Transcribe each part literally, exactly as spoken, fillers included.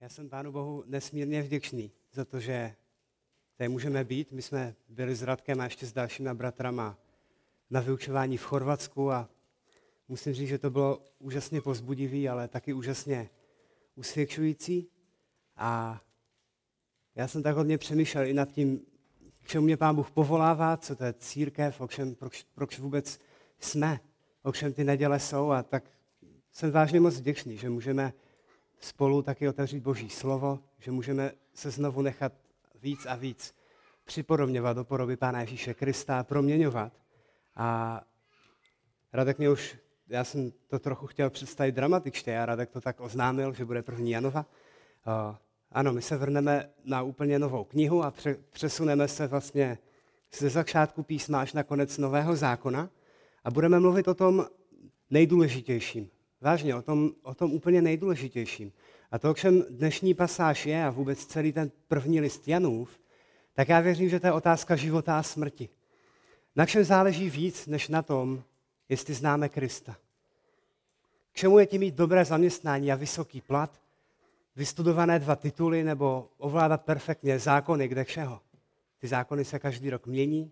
Já jsem Pánu Bohu nesmírně vděčný za to, že tady můžeme být. My jsme byli s Radkem a ještě s dalšíma bratrama na vyučování v Chorvatsku a musím říct, že to bylo úžasně povzbudivý, ale taky úžasně usvědčující. A já jsem tak hodně přemýšlel i nad tím, k čemu mě Pán Bůh povolává, co to je církev, o čem, proč, proč vůbec jsme, o čem ty neděle jsou. A tak jsem vážně moc vděčný, že můžeme spolu taky otevřít Boží slovo, že můžeme se znovu nechat víc a víc připodobňovat do podoby Pána Ježíše Krista, proměňovat. A Radek mě už, já jsem to trochu chtěl představit dramatičtě, a Radek to tak oznámil, že bude první Janova. Ano, my se vrhneme na úplně novou knihu a přesuneme se vlastně ze začátku písma až na konec Nového zákona a budeme mluvit o tom nejdůležitějším. Vážně, o tom, o tom úplně nejdůležitějším. A to, o čem dnešní pasáž je a vůbec celý ten první list Janův, tak já věřím, že to je otázka života a smrti. Na čem záleží víc, než na tom, jestli známe Krista. K čemu je ti mít dobré zaměstnání a vysoký plat, vystudované dva tituly nebo ovládat perfektně zákony, kde všeho. Ty zákony se každý rok mění,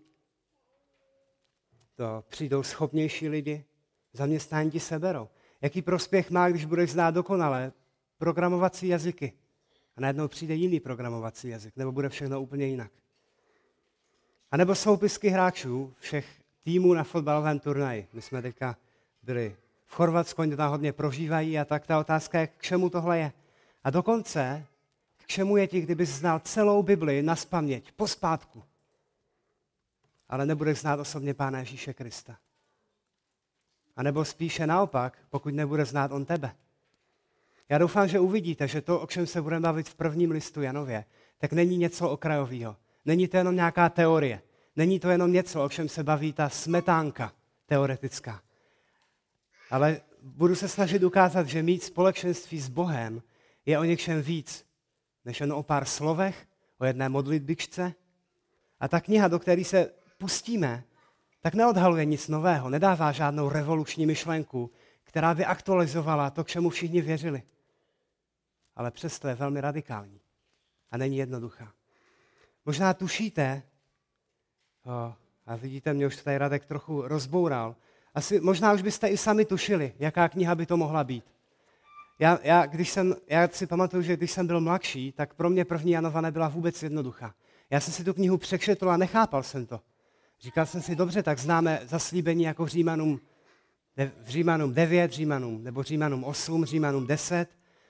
to přijdou schopnější lidi, zaměstnání ti seberou. Jaký prospěch má, když budeš znát dokonale programovací jazyky a najednou přijde jiný programovací jazyk, nebo bude všechno úplně jinak. A nebo soupisky hráčů všech týmů na fotbalovém turnaji. My jsme teďka byli v Chorvatsku, oni to tam hodně prožívají a tak ta otázka je, k čemu tohle je. A dokonce, k čemu je ti, kdybys znal celou Bibli nazpaměť, pospátku, ale nebudeš znát osobně Pána Ježíše Krista. A nebo spíše naopak, pokud nebude znát on tebe. Já doufám, že uvidíte, že to, o čem se budeme bavit v prvním listu Janově, tak není něco okrajového. Není to jenom nějaká teorie. Není to jenom něco, o čem se baví ta smetánka teoretická. Ale budu se snažit ukázat, že mít společenství s Bohem je o něčem víc, než jen o pár slovech, o jedné modlitbičce. A ta kniha, do které se pustíme, tak neodhaluje nic nového, nedává žádnou revoluční myšlenku, která by aktualizovala to, k čemu všichni věřili. Ale přesto je velmi radikální a není jednoduchá. Možná tušíte, oh, a vidíte, mě už tady Radek trochu rozboural, asi možná už byste i sami tušili, jaká kniha by to mohla být. Já, já, když jsem, já si pamatuju, že když jsem byl mladší, tak pro mě první Janova nebyla vůbec jednoduchá. Já jsem si tu knihu přečetl a nechápal jsem to. Říkal jsem si, dobře, tak známe zaslíbení jako Římanům, v Římanům devět, Římanům, nebo Římanům osm, Římanům deset.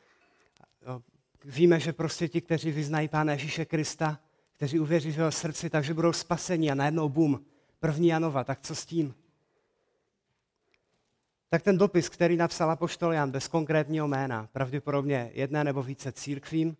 Víme, že prostě ti, kteří vyznají Pána Ježíše Krista, kteří uvěří v jeho srdci, takže budou spaseni a najednou bum, první Janova, tak co s tím? Tak ten dopis, který napsal apoštol Jan bez konkrétního jména, pravděpodobně jedné nebo více církvím,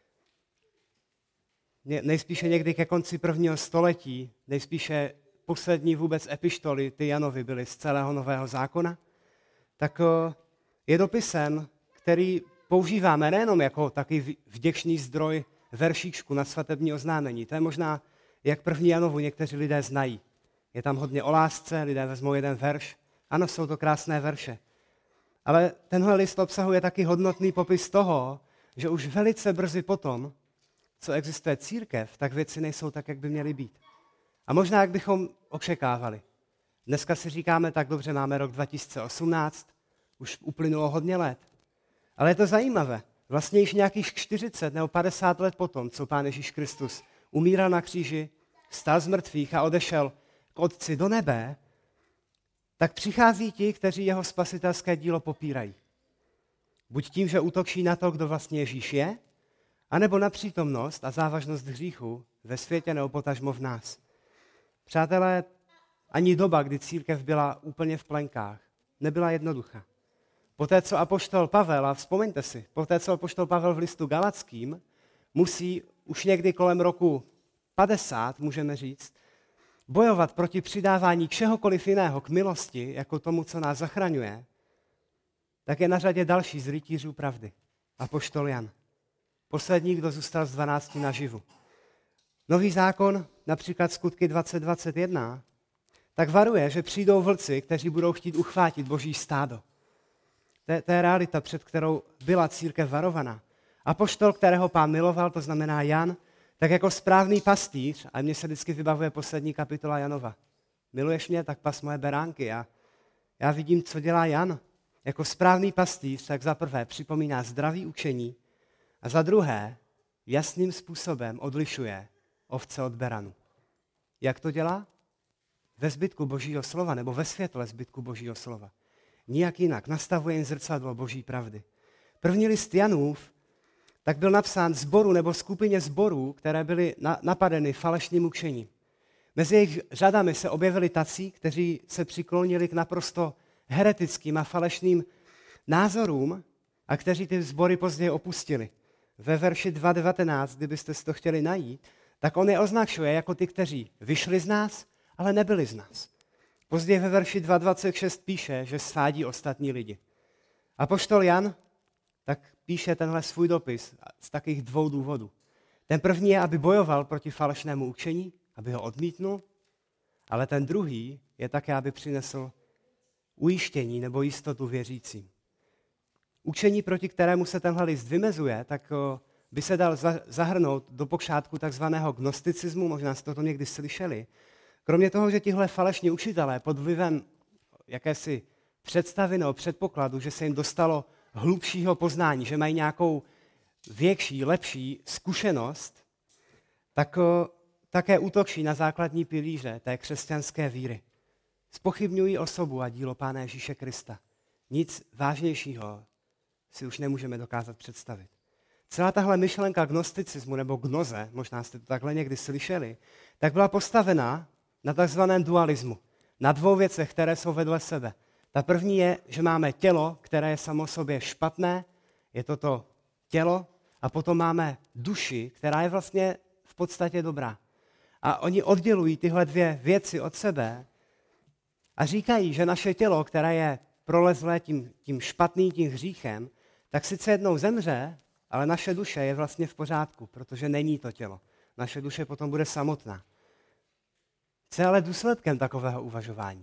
nejspíše někdy ke konci prvního století, nejspíše poslední vůbec epištoly, ty Janovy byly z celého Nového zákona, tak je dopisem, který používáme nejenom jako takový vděčný zdroj veršíčku na svatební oznámení. To je možná, jak první Janovu někteří lidé znají. Je tam hodně o lásce, lidé vezmou jeden verš. Ano, jsou to krásné verše. Ale tenhle list obsahuje taky hodnotný popis toho, že už velice brzy potom, co existuje církev, tak věci nejsou tak, jak by měly být. A možná, jak bychom očekávali. Dneska si říkáme, tak dobře, máme rok dva tisíce osmnáct, už uplynulo hodně let. Ale je to zajímavé. Vlastně již nějakých čtyřicet nebo padesát let potom, co Pán Ježíš Kristus umíral na kříži, vstal z mrtvých a odešel k Otci do nebe, tak přichází ti, kteří jeho spasitelské dílo popírají. Buď tím, že útočí na to, kdo vlastně Ježíš je, anebo na přítomnost a závažnost hříchu ve světě nebo potažmo v nás. Přátelé, ani doba, kdy církev byla úplně v plenkách, nebyla jednoduchá. Poté, co apoštol Pavel, a vzpomeňte si, poté, co apoštol Pavel v listu Galackým musí už někdy kolem roku padesát, můžeme říct, bojovat proti přidávání čehokoliv jiného k milosti, jako tomu, co nás zachraňuje, tak je na řadě další z rytířů pravdy, apoštol Jan. Poslední, kdo zůstal z dvanácti naživu. Nový zákon, například skutky dvacet dvacet jedna, tak varuje, že přijdou vlci, kteří budou chtít uchvátit Boží stádo. To je, to je realita, před kterou byla církev varovaná. Apoštol, kterého Pán miloval, to znamená Jan, tak jako správný pastýř, a mně se vždycky vybavuje poslední kapitola Janova. Miluješ mě, tak pas moje beránky. A já vidím, co dělá Jan. Jako správný pastýř, tak za prvé připomíná zdravý učení a za druhé jasným způsobem odlišuje ovce od beranu. Jak to dělá? Ve zbytku Božího slova, nebo ve světle zbytku Božího slova. Nijak jinak. Nastavuje jim zrcadlo Boží pravdy. První list Janův tak byl napsán zboru nebo skupině zborů, které byly na, napadeny falešným učením. Mezi jejich řadami se objevili tací, kteří se přiklonili k naprosto heretickým a falešným názorům a kteří ty sbory později opustili. Ve verši dva devatenáct, kdybyste si to chtěli najít, tak on je označuje jako ty, kteří vyšli z nás, ale nebyli z nás. Později ve verši dva dvacet šest píše, že svádí ostatní lidi. Apoštol Jan tak píše tenhle svůj dopis z takových dvou důvodů. Ten první je, aby bojoval proti falešnému učení, aby ho odmítnul, ale ten druhý je také, aby přinesl ujištění nebo jistotu věřícím. Učení, proti kterému se tenhle list vymezuje, tak by se dal zahrnout do počátku takzvaného gnosticismu, možná jste to někdy slyšeli. Kromě toho, že tihle falešní učitelé pod vlivem jakési představy nebo předpokladu, že se jim dostalo hlubšího poznání, že mají nějakou větší, lepší zkušenost, tak také útočí na základní pilíře té křesťanské víry. Zpochybňují osobu a dílo Pána Ježíše Krista. Nic vážnějšího si už nemůžeme dokázat představit. Celá tahle myšlenka gnosticismu nebo gnoze, možná jste to takhle někdy slyšeli, tak byla postavena na takzvaném dualismu. Na dvou věcech, které jsou vedle sebe. Ta první je, že máme tělo, které je samo sobě špatné, je to to tělo, a potom máme duši, která je vlastně v podstatě dobrá. A oni oddělují tyhle dvě věci od sebe a říkají, že naše tělo, které je prolezlé tím, tím špatným, tím hříchem, tak sice jednou zemře, ale naše duše je vlastně v pořádku, protože není to tělo. Naše duše potom bude samotná. Co je ale důsledkem takového uvažování?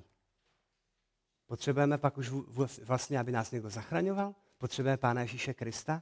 Potřebujeme pak už vlastně, aby nás někdo zachraňoval? Potřebujeme Pána Ježíše Krista?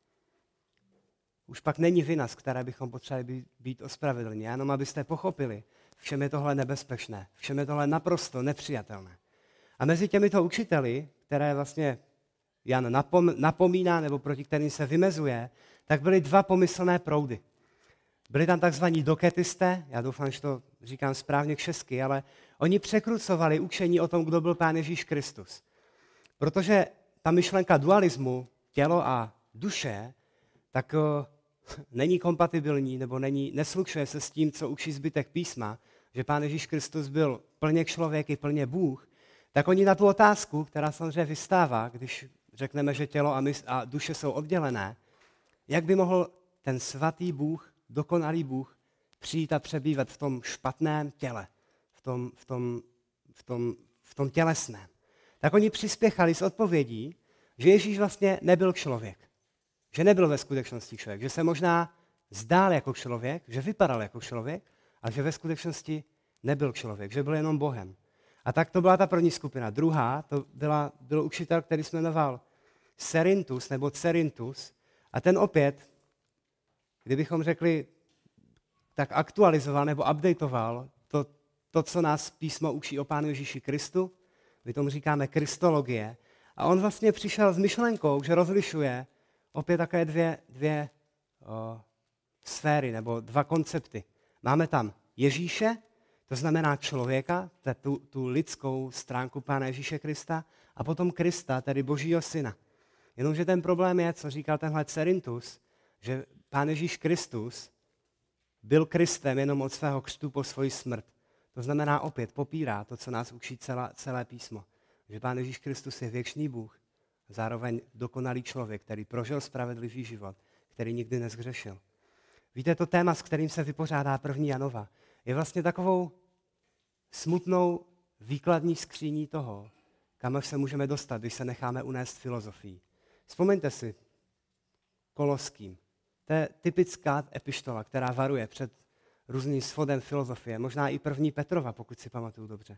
Už pak není vina, z které bychom potřebovali být, být ospravedlněni. Jenom abyste pochopili, v čem je tohle nebezpečné, v čem je tohle naprosto nepřijatelné. A mezi těmito učiteli, které vlastně Jan napom, napomíná nebo proti kterým se vymezuje, tak byly dva pomyslné proudy. Byli tam takzvaní doketisté, já doufám, že to říkám správně česky, ale oni překrucovali učení o tom, kdo byl Pán Ježíš Kristus. Protože ta myšlenka dualismu, tělo a duše, tak o, není kompatibilní nebo není, neslučuje se s tím, co učí zbytek písma, že Pán Ježíš Kristus byl plně člověk i plně Bůh, tak oni na tu otázku, která samozřejmě vystává, když řekneme, že tělo a, mysl a duše jsou oddělené, jak by mohl ten svatý Bůh, dokonalý Bůh, přijít a přebývat v tom špatném těle, v tom, v tom, v tom, v tom tělesném. Tak oni přispěchali s odpovědí, že Ježíš vlastně nebyl člověk. Že nebyl ve skutečnosti člověk. Že se možná zdál jako člověk, že vypadal jako člověk, ale že ve skutečnosti nebyl člověk, že byl jenom Bohem. A tak to byla ta první skupina. Druhá, to byla, byl učitel, který jsme jmenoval Cerinthus nebo Cerinthus. A ten opět, kdybychom řekli, tak aktualizoval nebo updateoval to, to, co nás písmo učí o Pánu Ježíši Kristu. My tomu říkáme kristologie. A on vlastně přišel s myšlenkou, že rozlišuje opět také dvě, dvě o, sféry nebo dva koncepty. Máme tam Ježíše, to znamená člověka, tu, tu lidskou stránku Pána Ježíše Krista, a potom Krista, tedy Božího syna. Jenomže ten problém je, co říkal tenhle Cerinthus, že Pán Ježíš Kristus byl Kristem jenom od svého křtu po svoji smrt. To znamená opět popírá to, co nás učí celá, celé písmo. Že Pán Ježíš Kristus je věčný Bůh, zároveň dokonalý člověk, který prožil spravedlivý život, který nikdy nezhřešil. Víte, to téma, s kterým se vypořádá první Janova, je vlastně takovou smutnou výkladní skříní toho, kam až se můžeme dostat, když se necháme unést filozofií. Vzpomeňte si Koloským. To je typická epištola, která varuje před různým svodem filozofie, možná i první Petrova, pokud si pamatuju dobře.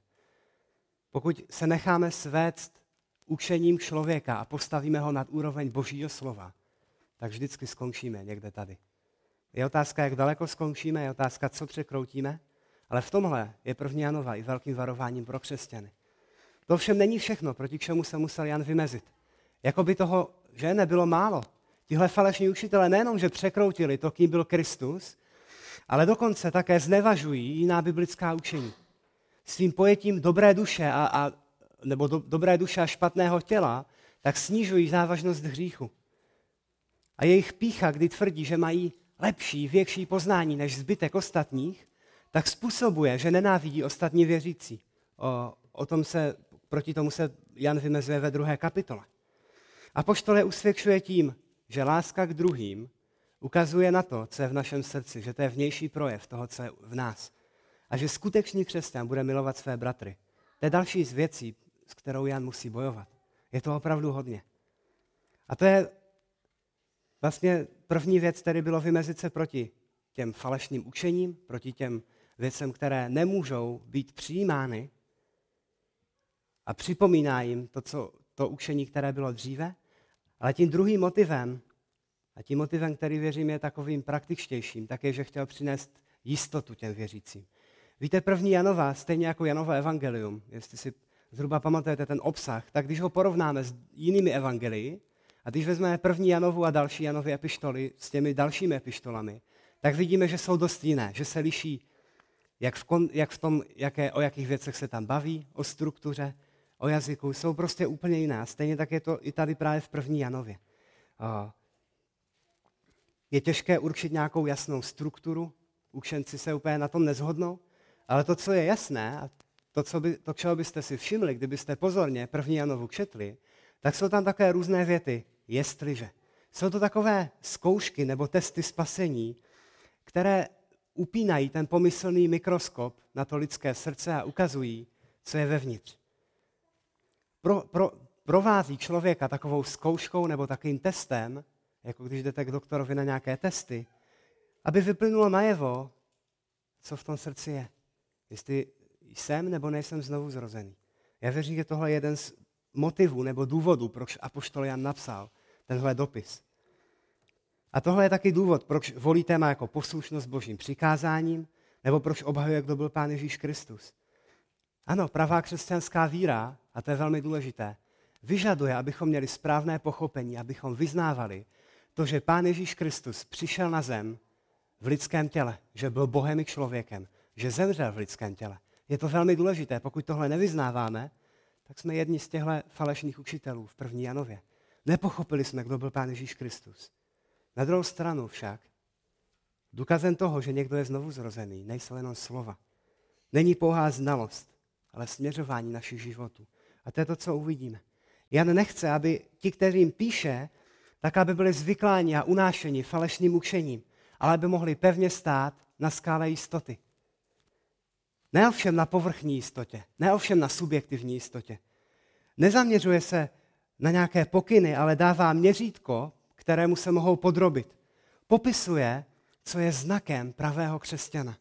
Pokud se necháme svést učením člověka a postavíme ho nad úroveň Božího slova, tak vždycky skončíme někde tady. Je otázka, jak daleko skončíme, je otázka, co překroutíme, ale v tomhle je první Janova i velkým varováním pro křesťany. To všem není všechno, proti čemu se musel Jan vymezit. Jakoby toho, že nebylo málo. Tihle falešní učitelé nejenom, že překroutili to, kým byl Kristus, ale dokonce také znevažují jiná biblická učení. Svým pojetím dobré duše a, a, nebo do, dobré duše a špatného těla, tak snižují závažnost hříchu. A jejich pýcha, kdy tvrdí, že mají lepší, větší poznání než zbytek ostatních, tak způsobuje, že nenávidí ostatní věřící. O, o tom se, proti tomu se Jan vymezuje ve druhé kapitole. Apoštol je usvědčuje tím, že láska k druhým ukazuje na to, co je v našem srdci, že to je vnější projev toho, co je v nás. A že skutečný křesťan bude milovat své bratry. To je další z věcí, s kterou Jan musí bojovat. Je to opravdu hodně. A to je vlastně první věc, tedy bylo vymezit se proti těm falešným učením, proti těm věcem, které nemůžou být přijímány a připomíná jim to, co, to učení, které bylo dříve. Ale tím druhým motivem, a tím motivem, který věřím je takovým praktičtějším, tak je, že chtěl přinést jistotu těm věřícím. Víte, první Janova, stejně jako Janovo evangelium, jestli si zhruba pamatujete ten obsah, tak když ho porovnáme s jinými evangelii, a když vezmeme první Janovu a další Janovy epištoly s těmi dalšími epištolami, tak vidíme, že jsou dost jiné, že se liší jak v, kon, jak v tom, jaké, o jakých věcech se tam baví, o struktuře, o jazyku, jsou prostě úplně jiné. Stejně tak je to i tady právě v první Janově. Je těžké určit nějakou jasnou strukturu, učenci se úplně na tom neshodnou, ale to, co je jasné, a to, co by, to, čeho byste si všimli, kdybyste pozorně první Janovu četli, tak jsou tam také různé věty, jestliže. Jsou to takové zkoušky nebo testy spasení, které upínají ten pomyslný mikroskop na to lidské srdce a ukazují, co je vevnitř. Pro, pro, provází člověka takovou zkouškou nebo takovým testem, jako když jdete k doktorovi na nějaké testy, aby vyplynulo najevo, co v tom srdci je. Jestli jsem nebo nejsem znovu zrozený. Já věřím, že tohle je jeden z motivů nebo důvodů, proč apoštol Jan napsal tenhle dopis. A tohle je taky důvod, proč volí téma jako poslušnost božím přikázáním, nebo proč obhajuje, kdo byl Pán Ježíš Kristus. Ano, pravá křesťanská víra, a to je velmi důležité, vyžaduje, abychom měli správné pochopení, abychom vyznávali to, že Pán Ježíš Kristus přišel na zem v lidském těle, že byl Bohem i člověkem, že zemřel v lidském těle. Je to velmi důležité, pokud tohle nevyznáváme, tak jsme jedni z těchto falešných učitelů v první Janově. Nepochopili jsme, kdo byl Pán Ježíš Kristus. Na druhou stranu však, důkazem toho, že někdo je znovu zrozený, nejsou jenom slova. Není pouhá znalost, ale směřování našich životů. A to je to, co uvidíme. Jan nechce, aby ti, kterým píše, tak aby byli zvykláni a unášeni falešným učením, ale aby mohli pevně stát na skále jistoty. Ne ovšem na povrchní jistotě, ne ovšem na subjektivní jistotě. Nezaměřuje se na nějaké pokyny, ale dává měřítko, kterému se mohou podrobit. Popisuje, co je znakem pravého křesťana.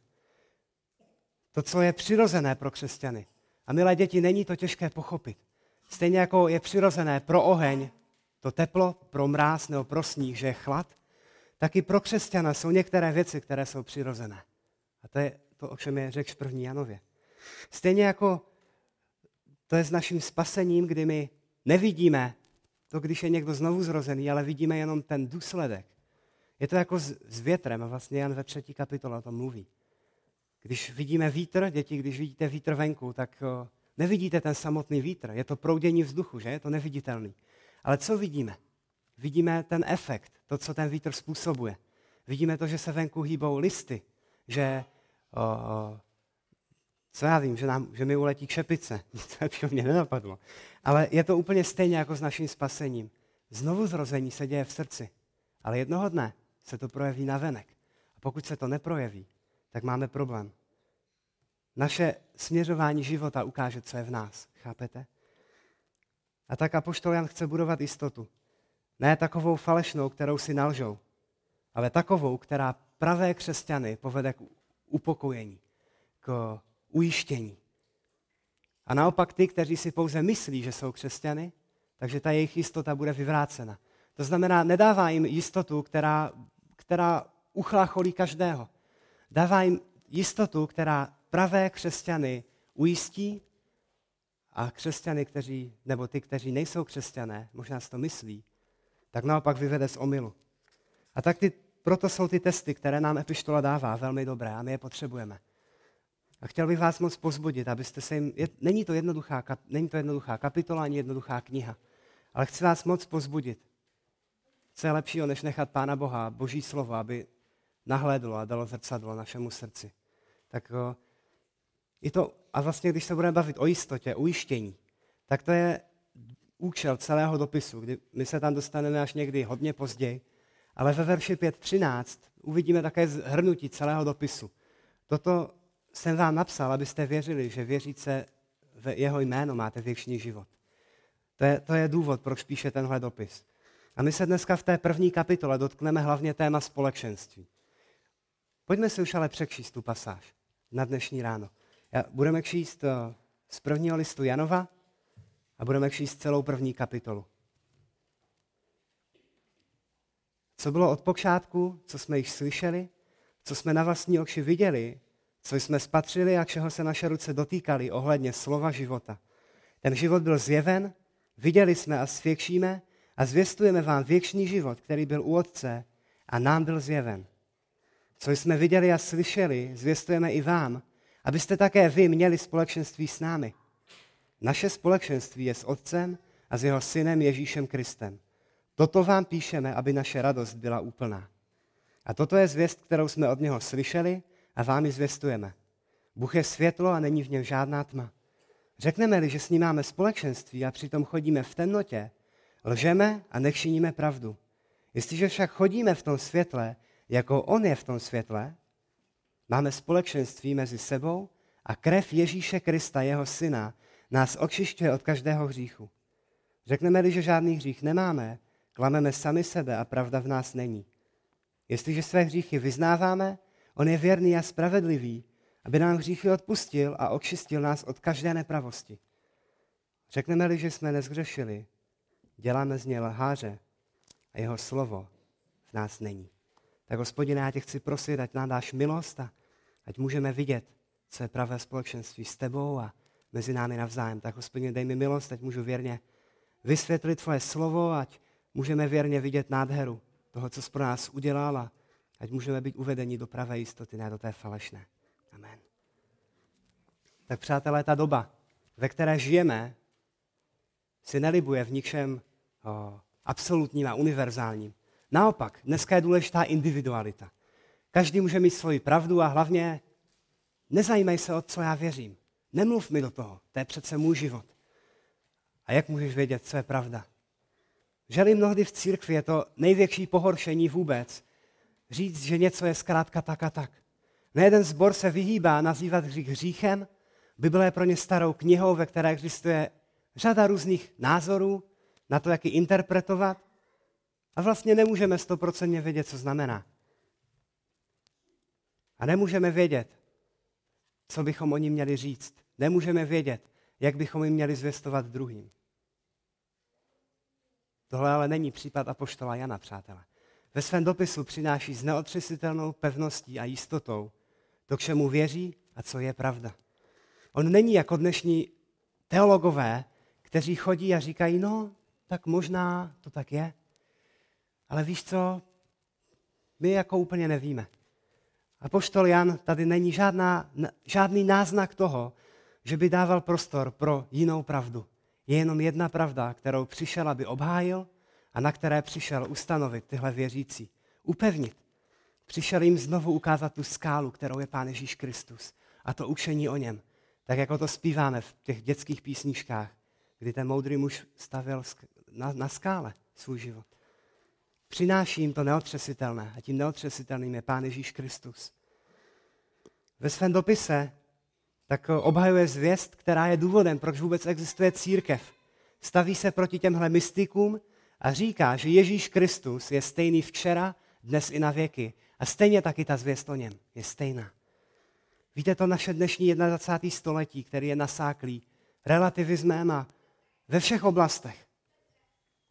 To, co je přirozené pro křesťany. A milé děti, není to těžké pochopit. Stejně jako je přirozené pro oheň to teplo, pro mráz nebo pro sníh, že je chlad, tak i pro křesťana jsou některé věci, které jsou přirozené. A to je to, o čem je řeč v první Janově. Stejně jako to je s naším spasením, kdy my nevidíme to, když je někdo znovu zrozený, ale vidíme jenom ten důsledek. Je to jako s, s větrem a vlastně Jan ve třetí kapitole o tom mluví. Když vidíme vítr, děti, když vidíte vítr venku, tak o, nevidíte ten samotný vítr. Je to proudění vzduchu, že? Je to neviditelný. Ale co vidíme? Vidíme ten efekt, to, co ten vítr způsobuje. Vidíme to, že se venku hýbou listy, že, o, o, co já vím, že, nám, že mi uletí kšepice. Nic lepšího mě nenapadlo. Ale je to úplně stejně jako s naším spasením. Znovu zrození se děje v srdci, ale jednoho dne se to projeví navenek. A pokud se to neprojeví, tak máme problém. Naše směřování života ukáže, co je v nás. Chápete? A tak apoštol Jan chce budovat jistotu. Ne takovou falešnou, kterou si nalžou, ale takovou, která pravé křesťany povede k upokojení, k ujištění. A naopak ty, kteří si pouze myslí, že jsou křesťany, takže ta jejich jistota bude vyvrácena. To znamená, nedává jim jistotu, která, která uchlácholí každého. Dává jim jistotu, která pravé křesťany ujistí a křesťany, kteří, nebo ty, kteří nejsou křesťané, možná si to myslí, tak naopak vyvede z omylu. A tak ty, proto jsou ty testy, které nám epištola dává, velmi dobré a my je potřebujeme. A chtěl bych vás moc povzbudit, abyste se jim, je, není, to jednoduchá, není to jednoduchá kapitola, ani jednoduchá kniha, ale chci vás moc povzbudit. Co je lepšího, než nechat Pána Boha, Boží slovo, aby nahlédlo a dalo zrcadlo našemu srdci. Tak o, i to, a vlastně, když se budeme bavit o jistotě, ujištění, tak to je účel celého dopisu, kdy my se tam dostaneme až někdy hodně později, ale ve verši pět třináct uvidíme také shrnutí celého dopisu. Toto jsem vám napsal, abyste věřili, že věříce v jeho jméno máte věčný život. To je, to je důvod, proč píše tenhle dopis. A my se dneska v té první kapitole dotkneme hlavně téma společenství. Pojďme si už ale přečíst tu pasáž na dnešní ráno. Já, budeme číst z prvního listu Janova a budeme číst celou první kapitolu. Co bylo od počátku, co jsme již slyšeli, co jsme na vlastní oči viděli, co jsme spatřili a čeho se naše ruce dotýkaly ohledně slova života. Ten život byl zjeven, viděli jsme a svědčíme a zvěstujeme vám věčný život, který byl u Otce a nám byl zjeven. Co jsme viděli a slyšeli, zvěstujeme i vám, abyste také vy měli společenství s námi. Naše společenství je s Otcem a s jeho synem Ježíšem Kristem. Toto vám píšeme, aby naše radost byla úplná. A toto je zvěst, kterou jsme od něho slyšeli a vám ji zvěstujeme. Bůh je světlo a není v něm žádná tma. Řekneme-li, že s ním máme společenství a přitom chodíme v temnotě, lžeme a nečiníme pravdu. Jestliže však chodíme v tom světle, jako on je v tom světle, máme společenství mezi sebou a krev Ježíše Krista, jeho syna, nás očišťuje od každého hříchu. Řekneme-li, že žádný hřích nemáme, klameme sami sebe a pravda v nás není. Jestliže své hříchy vyznáváme, on je věrný a spravedlivý, aby nám hříchy odpustil a očistil nás od každé nepravosti. Řekneme-li, že jsme nezhřešili, děláme z něj lháře a jeho slovo v nás není. Tak Hospodine, já tě chci prosit, ať nám dáš milost a ať můžeme vidět, co je pravé společenství s tebou a mezi námi navzájem. Tak Hospodine, dej mi milost, ať můžu věrně vysvětlit tvoje slovo, ať můžeme věrně vidět nádheru toho, co jsi pro nás udělal a ať můžeme být uvedeni do pravé jistoty, ne do té falešné. Amen. Tak přátelé, ta doba, ve které žijeme, si nelibuje v ničem o, absolutním a univerzálním. Naopak, dneska je důležitá individualita. Každý může mít svoji pravdu a hlavně nezajímej se, o co já věřím. Nemluv mi do toho, to je přece můj život. A jak můžeš vědět, co je pravda? Želi mnohdy v církvi je to největší pohoršení vůbec. Říct, že něco je zkrátka tak a tak. Nejeden sbor se vyhýbá nazývat hřích hříchem. Bible je pro ně starou knihou, ve které existuje řada různých názorů na to, jak ji interpretovat. A vlastně nemůžeme stoprocentně vědět, co znamená. A nemůžeme vědět, co bychom o ní měli říct. Nemůžeme vědět, jak bychom ji měli zvěstovat druhým. Tohle ale není případ apoštola Jana, přátelé. Ve svém dopisu přináší s neotřesitelnou pevností a jistotou to, k čemu věří a co je pravda. On není jako dnešní teologové, kteří chodí a říkají, no, tak možná to tak je. Ale víš co, my jako úplně nevíme. Apoštol Jan tady není žádná, žádný náznak toho, že by dával prostor pro jinou pravdu. Je jenom jedna pravda, kterou přišel, aby obhájil a na které přišel ustanovit tyhle věřící. Upevnit. Přišel jim znovu ukázat tu skálu, kterou je Pán Ježíš Kristus. A to učení o něm. Tak jako to zpíváme v těch dětských písničkách, kdy ten moudrý muž stavěl na, na skále svůj život. Přináší jim to neotřesitelné a tím neotřesitelným je Pán Ježíš Kristus. Ve svém dopise tak obhajuje zvěst, která je důvodem, proč vůbec existuje církev. Staví se proti těmhle mystikům a říká, že Ježíš Kristus je stejný včera, dnes i na věky. A stejně taky ta zvěst o něm je stejná. Víte, to naše dnešní dvacátého prvního století, který je nasáklý relativismem a ve všech oblastech.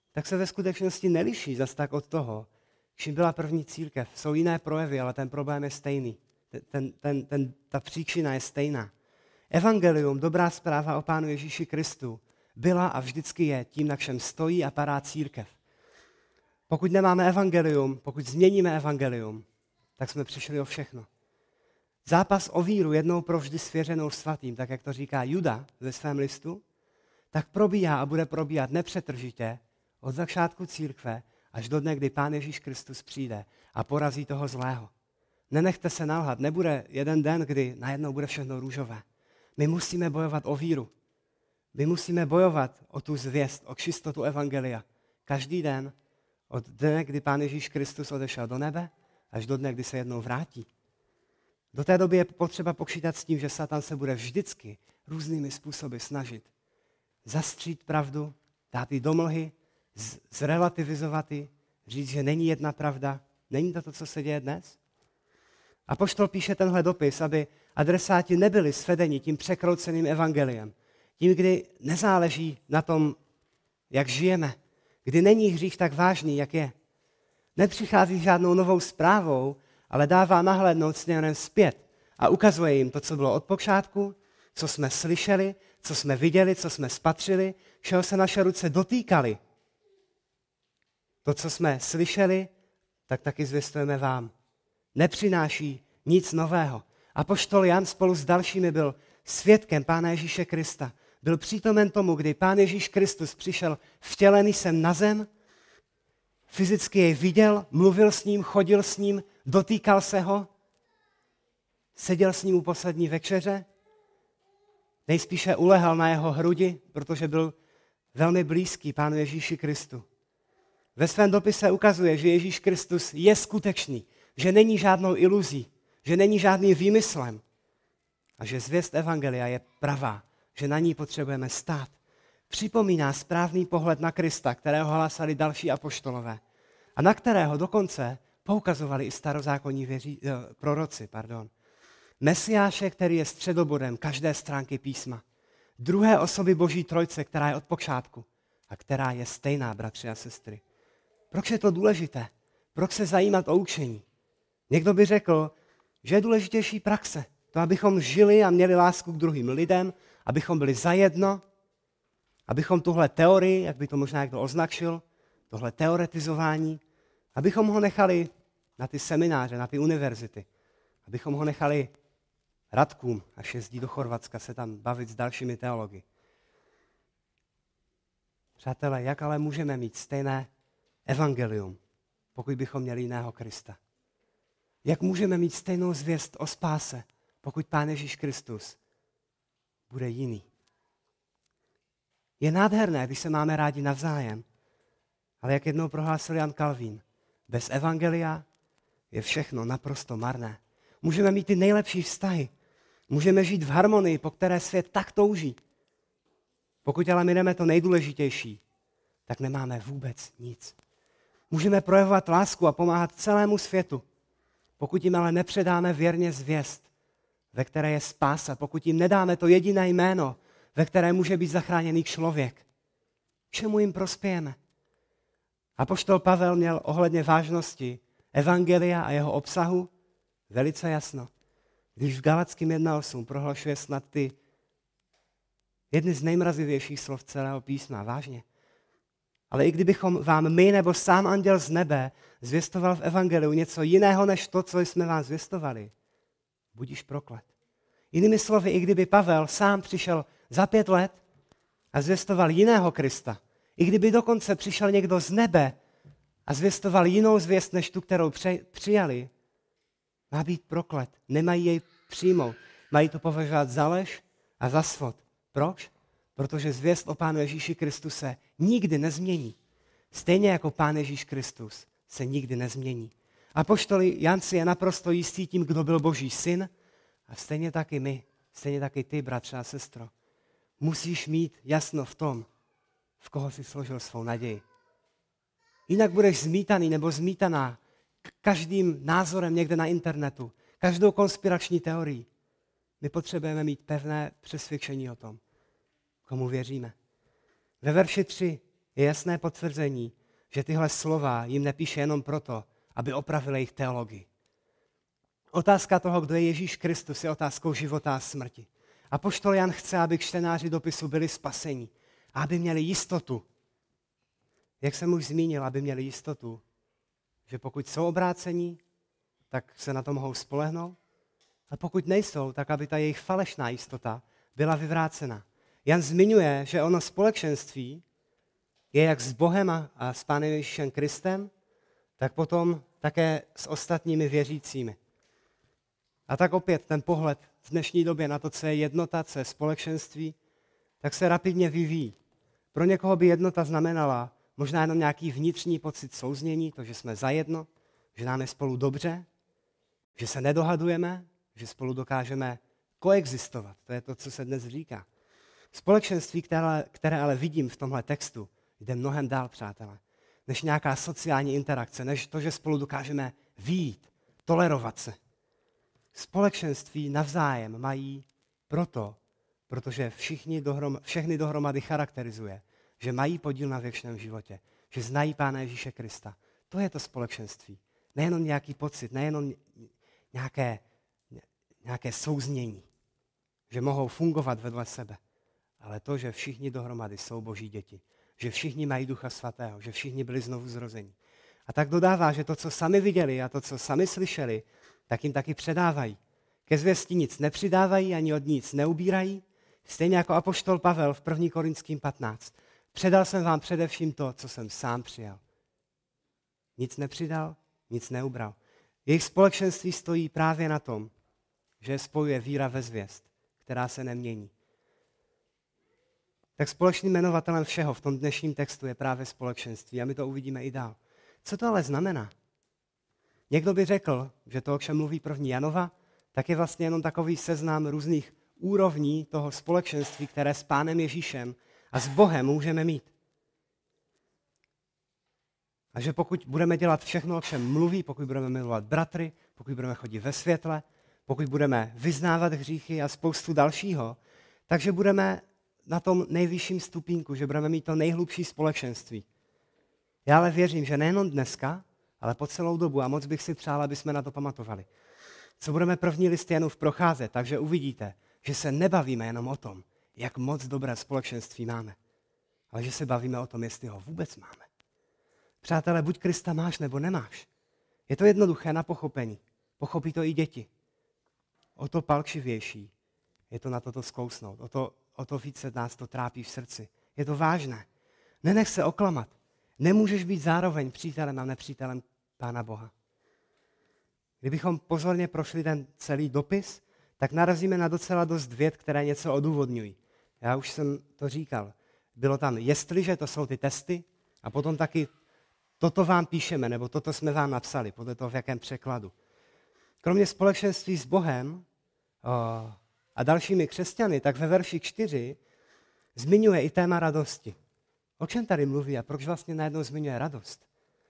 tak se ve skutečnosti neliší zas tak od toho, čím byla první církev. Jsou jiné projevy, ale ten problém je stejný. Ten, ten, ten, ta příčina je stejná. Evangelium, dobrá zpráva o Pánu Ježíši Kristu, byla a vždycky je tím, na čem stojí a padá církev. Pokud nemáme evangelium, pokud změníme evangelium, tak jsme přišli o všechno. Zápas o víru jednou provždy svěřenou svatým, tak jak to říká Juda ve svém listu, tak probíhá a bude probíhat nepřetržitě od začátku církve až do dne, kdy Pán Ježíš Kristus přijde a porazí toho zlého. Nenechte se nalhat, nebude jeden den, kdy najednou bude všechno růžové. My musíme bojovat o víru. My musíme bojovat o tu zvěst, o čistotu evangelia. Každý den od dne, kdy Pán Ježíš Kristus odešel do nebe, až do dne, kdy se jednou vrátí. Do té doby je potřeba počítat s tím, že Satan se bude vždycky různými způsoby snažit zastřít pravdu, dát ji do mlhy, z- zrelativizovat ji, říct, že není jedna pravda. Není to to, co se děje dnes? Apoštol píše tenhle dopis, aby adresáti nebyli svedeni tím překrouceným evangeliem. Tím, kdy nezáleží na tom, jak žijeme, kdy není hřích tak vážný, jak je. Nepřichází žádnou novou zprávou, ale dává nahlédnout směrem zpět a ukazuje jim to, co bylo od počátku, co jsme slyšeli, co jsme viděli, co jsme spatřili, čeho se naše ruce dotýkaly. To, co jsme slyšeli, tak taky zvěstujeme vám. Nepřináší nic nového. Apoštol Jan spolu s dalšími byl svědkem Pána Ježíše Krista. Byl přítomen tomu, kdy Pán Ježíš Kristus přišel vtělený sem na zem, fyzicky jej viděl, mluvil s ním, chodil s ním, dotýkal se ho, seděl s ním u poslední večeře, nejspíše ulehal na jeho hrudi, protože byl velmi blízký Pánu Ježíši Kristu. Ve svém dopise ukazuje, že Ježíš Kristus je skutečný, že není žádnou iluzí, že není žádným výmyslem a že zvěst evangelia je pravá, že na ní potřebujeme stát. Připomíná správný pohled na Krista, kterého hlásali další apoštolové a na kterého dokonce poukazovali i starozákonní věří, eh, proroci. Pardon. Mesiáše, který je středobodem každé stránky písma. Druhé osoby Boží trojce, která je od počátku a která je stejná, bratři a sestry. Proč je to důležité? Proč se zajímat o učení? Někdo by řekl, že je důležitější praxe. To, abychom žili a měli lásku k druhým lidem, abychom byli zajedno, abychom tuhle teorii, jak by to možná někdo označil, tohle teoretizování, abychom ho nechali na ty semináře, na ty univerzity, abychom ho nechali Radkům, až jezdí do Chorvatska se tam bavit s dalšími teology. Přátelé, jak ale můžeme mít stejné evangelium, pokud bychom měli jiného Krista? Jak můžeme mít stejnou zvěst o spáse, pokud Pán Ježíš Kristus bude jiný? Je nádherné, když se máme rádi navzájem, ale jak jednou prohlásil Jan Kalvín, bez evangelia je všechno naprosto marné. Můžeme mít ty nejlepší vztahy, můžeme žít v harmonii, po které svět tak touží. Pokud ale mineme to nejdůležitější, tak nemáme vůbec nic. Můžeme projevovat lásku a pomáhat celému světu, pokud jim ale nepředáme věrně zvěst, ve které je spása, pokud jim nedáme to jediné jméno, ve které může být zachráněný člověk. Čemu jim prospějeme? Apoštol Pavel měl ohledně vážnosti evangelia a jeho obsahu velice jasno. Když v Galackým jedna osm prohlašuje snad ty jedny z nejmrazivějších slov celého písma, vážně. Ale i kdybychom vám my nebo sám anděl z nebe zvěstoval v evangeliu něco jiného než to, co jsme vám zvěstovali, budíš proklet. Jinými slovy, i kdyby Pavel sám přišel za pět let a zvěstoval jiného Krista, i kdyby dokonce přišel někdo z nebe a zvěstoval jinou zvěst než tu, kterou přijali, má být proklet. Nemají jej přijmout. Mají to považovat za lež a za svod. Proč? Protože zvěst o Pánu Ježíši Kristu se nikdy nezmění. Stejně jako Pán Ježíš Kristus se nikdy nezmění. Apoštol Jan si je naprosto jistý tím, kdo byl Boží syn, a stejně taky my, stejně taky ty, bratře a sestro. Musíš mít jasno v tom, v koho jsi složil svou naději. Jinak budeš zmítaný nebo zmítaná každým názorem někde na internetu, každou konspirační teorií. My potřebujeme mít pevné přesvědčení o tom, komu věříme. Ve verši tři je jasné potvrzení, že tyhle slova jim nepíše jenom proto, aby opravili jejich teologii. Otázka toho, kdo je Ježíš Kristus, je otázkou života a smrti. Apoštol Jan chce, aby čtenáři dopisu byli spaseni a aby měli jistotu. Jak jsem už zmínil, aby měli jistotu, že pokud jsou obrácení, tak se na to mohou spolehnout. A pokud nejsou, tak aby ta jejich falešná jistota byla vyvrácena. Jan zmiňuje, že ono společenství je jak s Bohem a s Pánem Ježíšem Kristem, tak potom také s ostatními věřícími. A tak opět ten pohled v dnešní době na to, co je jednota, co je společenství, tak se rapidně vyvíjí. Pro někoho by jednota znamenala možná jenom nějaký vnitřní pocit souznění, to, že jsme zajedno, že nám je spolu dobře, že se nedohadujeme, že spolu dokážeme koexistovat. To je to, co se dnes říká. Společenství, které, které ale vidím v tomhle textu, jde mnohem dál, přátelé, než nějaká sociální interakce, než to, že spolu dokážeme vyjít, tolerovat se. Společenství navzájem mají proto, protože všichni dohrom, všechny dohromady charakterizuje, že mají podíl na věčném životě, že znají Pána Ježíše Krista. To je to společenství. Nejenom nějaký pocit, nejenom nějaké, nějaké souznění, že mohou fungovat vedle sebe, ale to, že všichni dohromady jsou Boží děti, že všichni mají Ducha Svatého, že všichni byli znovu zrození. A tak dodává, že to, co sami viděli a to, co sami slyšeli, tak jim taky předávají. Ke zvěsti nic nepřidávají, ani od nic neubírají, stejně jako apoštol Pavel v první Korinským patnáct. Předal jsem vám především to, co jsem sám přijal. Nic nepřidal, nic neubral. Jejich společenství stojí právě na tom, že spojuje víra ve zvěst, která se nemění. Tak společným jmenovatelem všeho v tom dnešním textu je právě společenství a my to uvidíme i dál. Co to ale znamená? Někdo by řekl, že to, o čem mluví první Janova, tak je vlastně jenom takový seznam různých úrovní toho společenství, které s Pánem Ježíšem a s Bohem můžeme mít. A že pokud budeme dělat všechno, o čem mluví, pokud budeme milovat bratry, pokud budeme chodit ve světle, pokud budeme vyznávat hříchy a spoustu dalšího, takže budeme na tom nejvyšším stupínku, že budeme mít to nejhlubší společenství. Já ale věřím, že nejenom dneska, ale po celou dobu a moc bych si přál, aby jsme na to pamatovali. Co budeme první list Janův procházet, takže uvidíte, že se nebavíme jenom o tom, jak moc dobré společenství máme, ale že se bavíme o tom, jestli ho vůbec máme. Přátelé, buď Krista máš, nebo nemáš. Je to jednoduché na pochopení. Pochopí to i děti. O to palčivější je to na toto zkousnout. O to, o to více nás to trápí v srdci. Je to vážné. Nenech se oklamat. Nemůžeš být zároveň přítelem a nepřítelem Pána Boha. Kdybychom pozorně prošli ten celý dopis, tak narazíme na docela dost vět, které něco odůvodňují. Já už jsem to říkal. Bylo tam jestliže, to jsou ty testy, a potom taky toto vám píšeme, nebo toto jsme vám napsali, podle toho, v jakém překladu. Kromě společenství s Bohem o, a dalšími křesťany, tak ve verši čtyři zmiňuje i téma radosti. O čem tady mluví a proč vlastně najednou zmiňuje radost?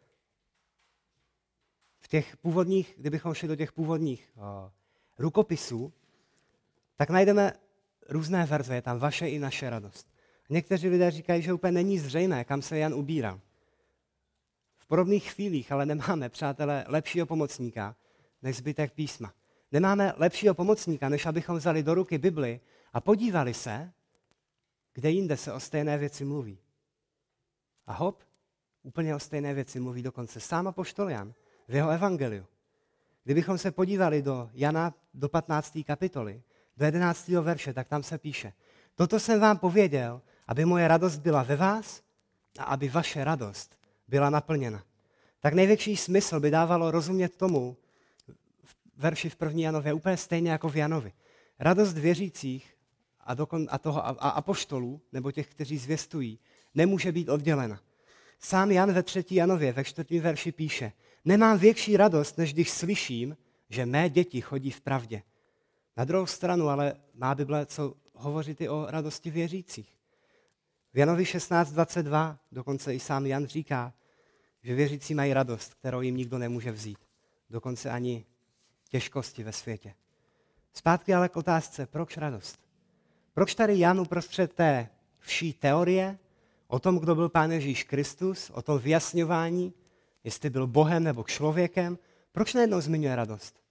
V těch původních, kdybychom šli do těch původních o, rukopisů, tak najdeme různé verze, je tam vaše i naše radost. Někteří lidé říkají, že úplně není zřejmé, kam se Jan ubírá. V podobných chvílích ale nemáme, přátelé, lepšího pomocníka než zbytek písma. Nemáme lepšího pomocníka, než abychom vzali do ruky Bibli a podívali se, kde jinde se o stejné věci mluví. A hop, úplně o stejné věci mluví dokonce sám apoštol Jan v jeho evangeliu. Kdybychom se podívali do Jana, do patnácté kapitoly, do jedenáctého verše, tak tam se píše: Toto jsem vám pověděl, aby moje radost byla ve vás a aby vaše radost byla naplněna. Tak největší smysl by dávalo rozumět tomu v verši v první Janově úplně stejně jako v Janovi. Radost věřících a, dokon, a, toho, a, a apoštolů, nebo těch, kteří zvěstují, nemůže být oddělena. Sám Jan ve třetí Janově ve čtvrtém verši píše: Nemám větší radost, než když slyším, že mé děti chodí v pravdě. Na druhou stranu ale má Bible co hovořit i o radosti věřících. V Janovi šestnáct dvacet dva dokonce i sám Jan říká, že věřící mají radost, kterou jim nikdo nemůže vzít. Dokonce ani těžkosti ve světě. Zpátky ale k otázce, proč radost? Proč tady Jan uprostřed té vší teorie o tom, kdo byl Pán Ježíš Kristus, o tom vyjasňování, jestli byl Bohem nebo člověkem, proč najednou zmiňuje radost?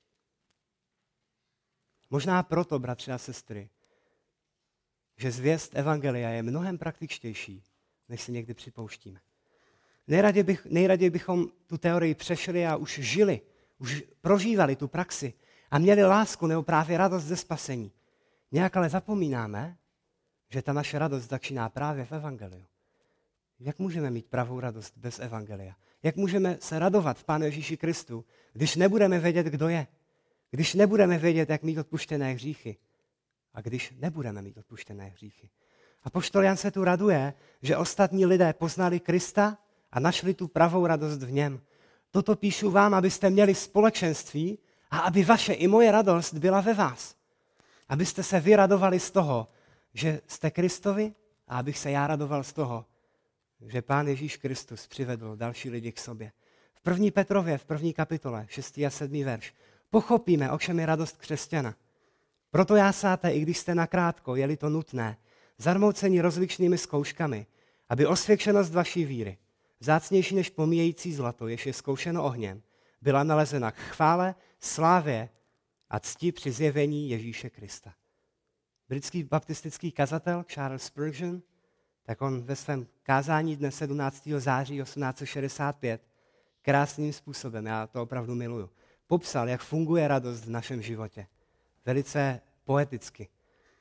Možná proto, bratři a sestry, že zvěst evangelia je mnohem praktičtější, než si někdy připouštíme. Nejraději, bych, nejraději bychom tu teorii přešli a už žili, už prožívali tu praxi a měli lásku nebo právě radost ze spasení. Nějak ale zapomínáme, že ta naše radost začíná právě v evangeliu. Jak můžeme mít pravou radost bez evangelia? Jak můžeme se radovat v Pánu Ježíši Kristu, když nebudeme vědět, kdo je? Když nebudeme vědět, jak mít odpuštěné hříchy? A když nebudeme mít odpuštěné hříchy? Apoštol Jan se tu raduje, že ostatní lidé poznali Krista a našli tu pravou radost v něm. Toto píšu vám, abyste měli společenství a aby vaše i moje radost byla ve vás. Abyste se vy radovali z toho, že jste Kristovi a abych se já radoval z toho, že Pán Ježíš Kristus přivedl další lidi k sobě. V první Petrově, v první kapitole, šestý a sedmý verš, pochopíme, o čem je radost křesťana. Proto jásáte, i když jste nakrátko, je-li to nutné, zarmouceni rozličnými zkouškami, aby osvědčenost vaší víry, vzácnější než pomíjející zlato, jež je zkoušeno ohněm, byla nalezena k chvále, slávě a cti při zjevení Ježíše Krista. Britský baptistický kazatel Charles Spurgeon, tak on ve svém kázání dne sedmnáctého září osmnáct set šedesát pět krásným způsobem, já to opravdu miluju, popsal, jak funguje radost v našem životě. Velice poeticky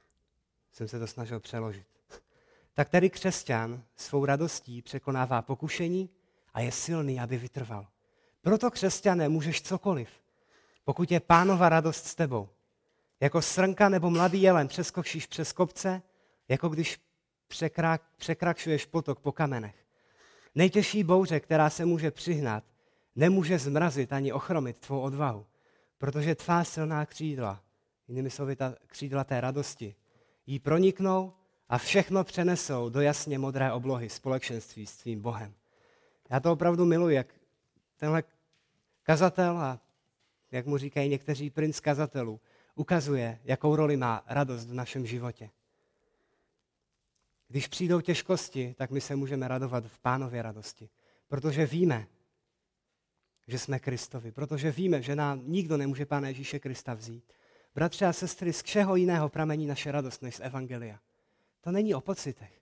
jsem se to snažil přeložit. Tak tedy křesťan svou radostí překonává pokušení a je silný, aby vytrval. Proto, křesťané, můžeš cokoliv, pokud je Pánova radost s tebou. Jako srnka nebo mladý jelen přeskočíš přes kopce, jako když překrak, překračuješ potok po kamenech. Nejtěžší bouře, která se může přihnat, nemůže zmrazit ani ochromit tvou odvahu, protože tvá silná křídla, jinými slovy ta křídla té radosti, jí proniknou a všechno přenesou do jasně modré oblohy společenství s tvým Bohem. Já to opravdu miluji, jak tenhle kazatel a jak mu říkají někteří princ kazatelů, ukazuje, jakou roli má radost v našem životě. Když přijdou těžkosti, tak my se můžeme radovat v Pánově radosti, protože víme, že jsme Kristovi, protože víme, že nám nikdo nemůže Pána Ježíše Krista vzít. Bratři a sestry, z čeho jiného pramení naše radost než z evangelia? To není o pocitech.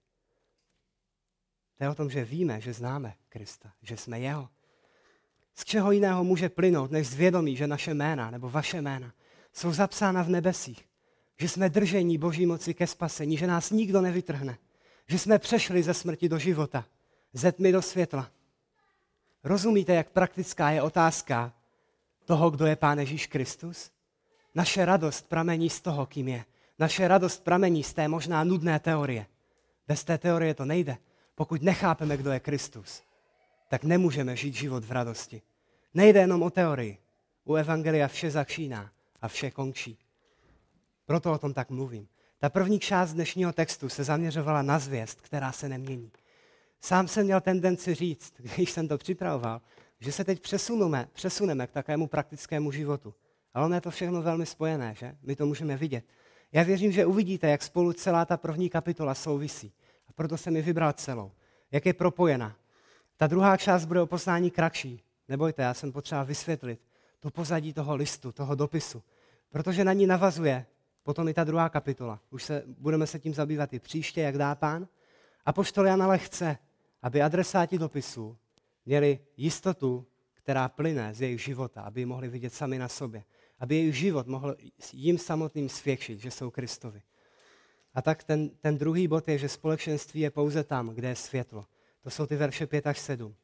To je o tom, že víme, že známe Krista, že jsme jeho. Z čeho jiného může plynout, než z vědomí, že naše jména nebo vaše jména jsou zapsána v nebesích, že jsme držení Boží moci ke spasení, že nás nikdo nevytrhne, že jsme přešli ze smrti do života, ze tmy do světla. Rozumíte, jak praktická je otázka toho, kdo je Pán Ježíš Kristus? Naše radost pramení z toho, kým je. Naše radost pramení z té možná nudné teorie. Bez té teorie to nejde. Pokud nechápeme, kdo je Kristus, tak nemůžeme žít život v radosti. Nejde jenom o teorii. U evangelia vše začíná a vše končí. Proto o tom tak mluvím. Ta první část dnešního textu se zaměřovala na zvěst, která se nemění. Sám jsem měl tendenci říct, když jsem to připravoval, že se teď přesuneme, přesuneme k takovému praktickému životu. Ale ono je to všechno velmi spojené, že? My to můžeme vidět. Já věřím, že uvidíte, jak spolu celá ta první kapitola souvisí. A proto jsem ji vybral celou. Jak je propojena. Ta druhá část bude o poslání kratší. Nebojte, já jsem potřeboval vysvětlit to pozadí toho listu, toho dopisu. Protože na ní navazuje potom i ta druhá kapitola. Už se, budeme se tím zabývat i příště, jak dá Pán. Apoštol Jan ale chce, aby adresáti dopisu měli jistotu, která plyne z jejich života, aby ji mohli vidět sami na sobě. Aby jejich život mohl jim samotným svědčit, že jsou Kristovi. A tak ten, ten druhý bod je, že společenství je pouze tam, kde je světlo. To jsou ty verše pět až sedm.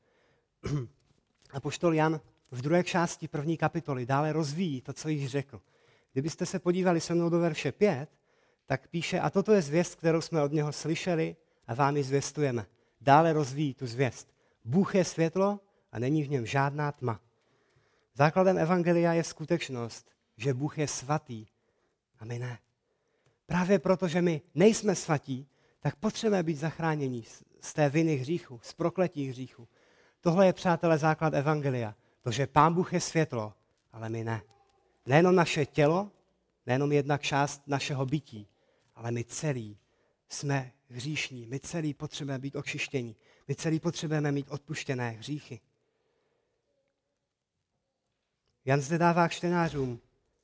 Apoštol Jan v druhé části první kapitoly dále rozvíjí to, co již řekl. Kdybyste se podívali se mnou do verše pět, tak píše, a toto je zvěst, kterou jsme od něho slyšeli a vám ji zvěstujeme. Dále rozvíjí tu zvěst. Bůh je světlo a není v něm žádná tma. Základem evangelia je skutečnost, že Bůh je svatý a my ne. Právě proto, že my nejsme svatí, tak potřebujeme být zachráněni z té viny hříchu, z prokletí hříchu. Tohle je, přátelé, základ evangelia. To, že Pán Bůh je světlo, ale my ne. Nejenom naše tělo, nejenom jedna část našeho bytí, ale my celí jsme hříšní. My celý potřebujeme být očištění. My celý potřebujeme mít odpuštěné hříchy. Jan zde dává k čtenářům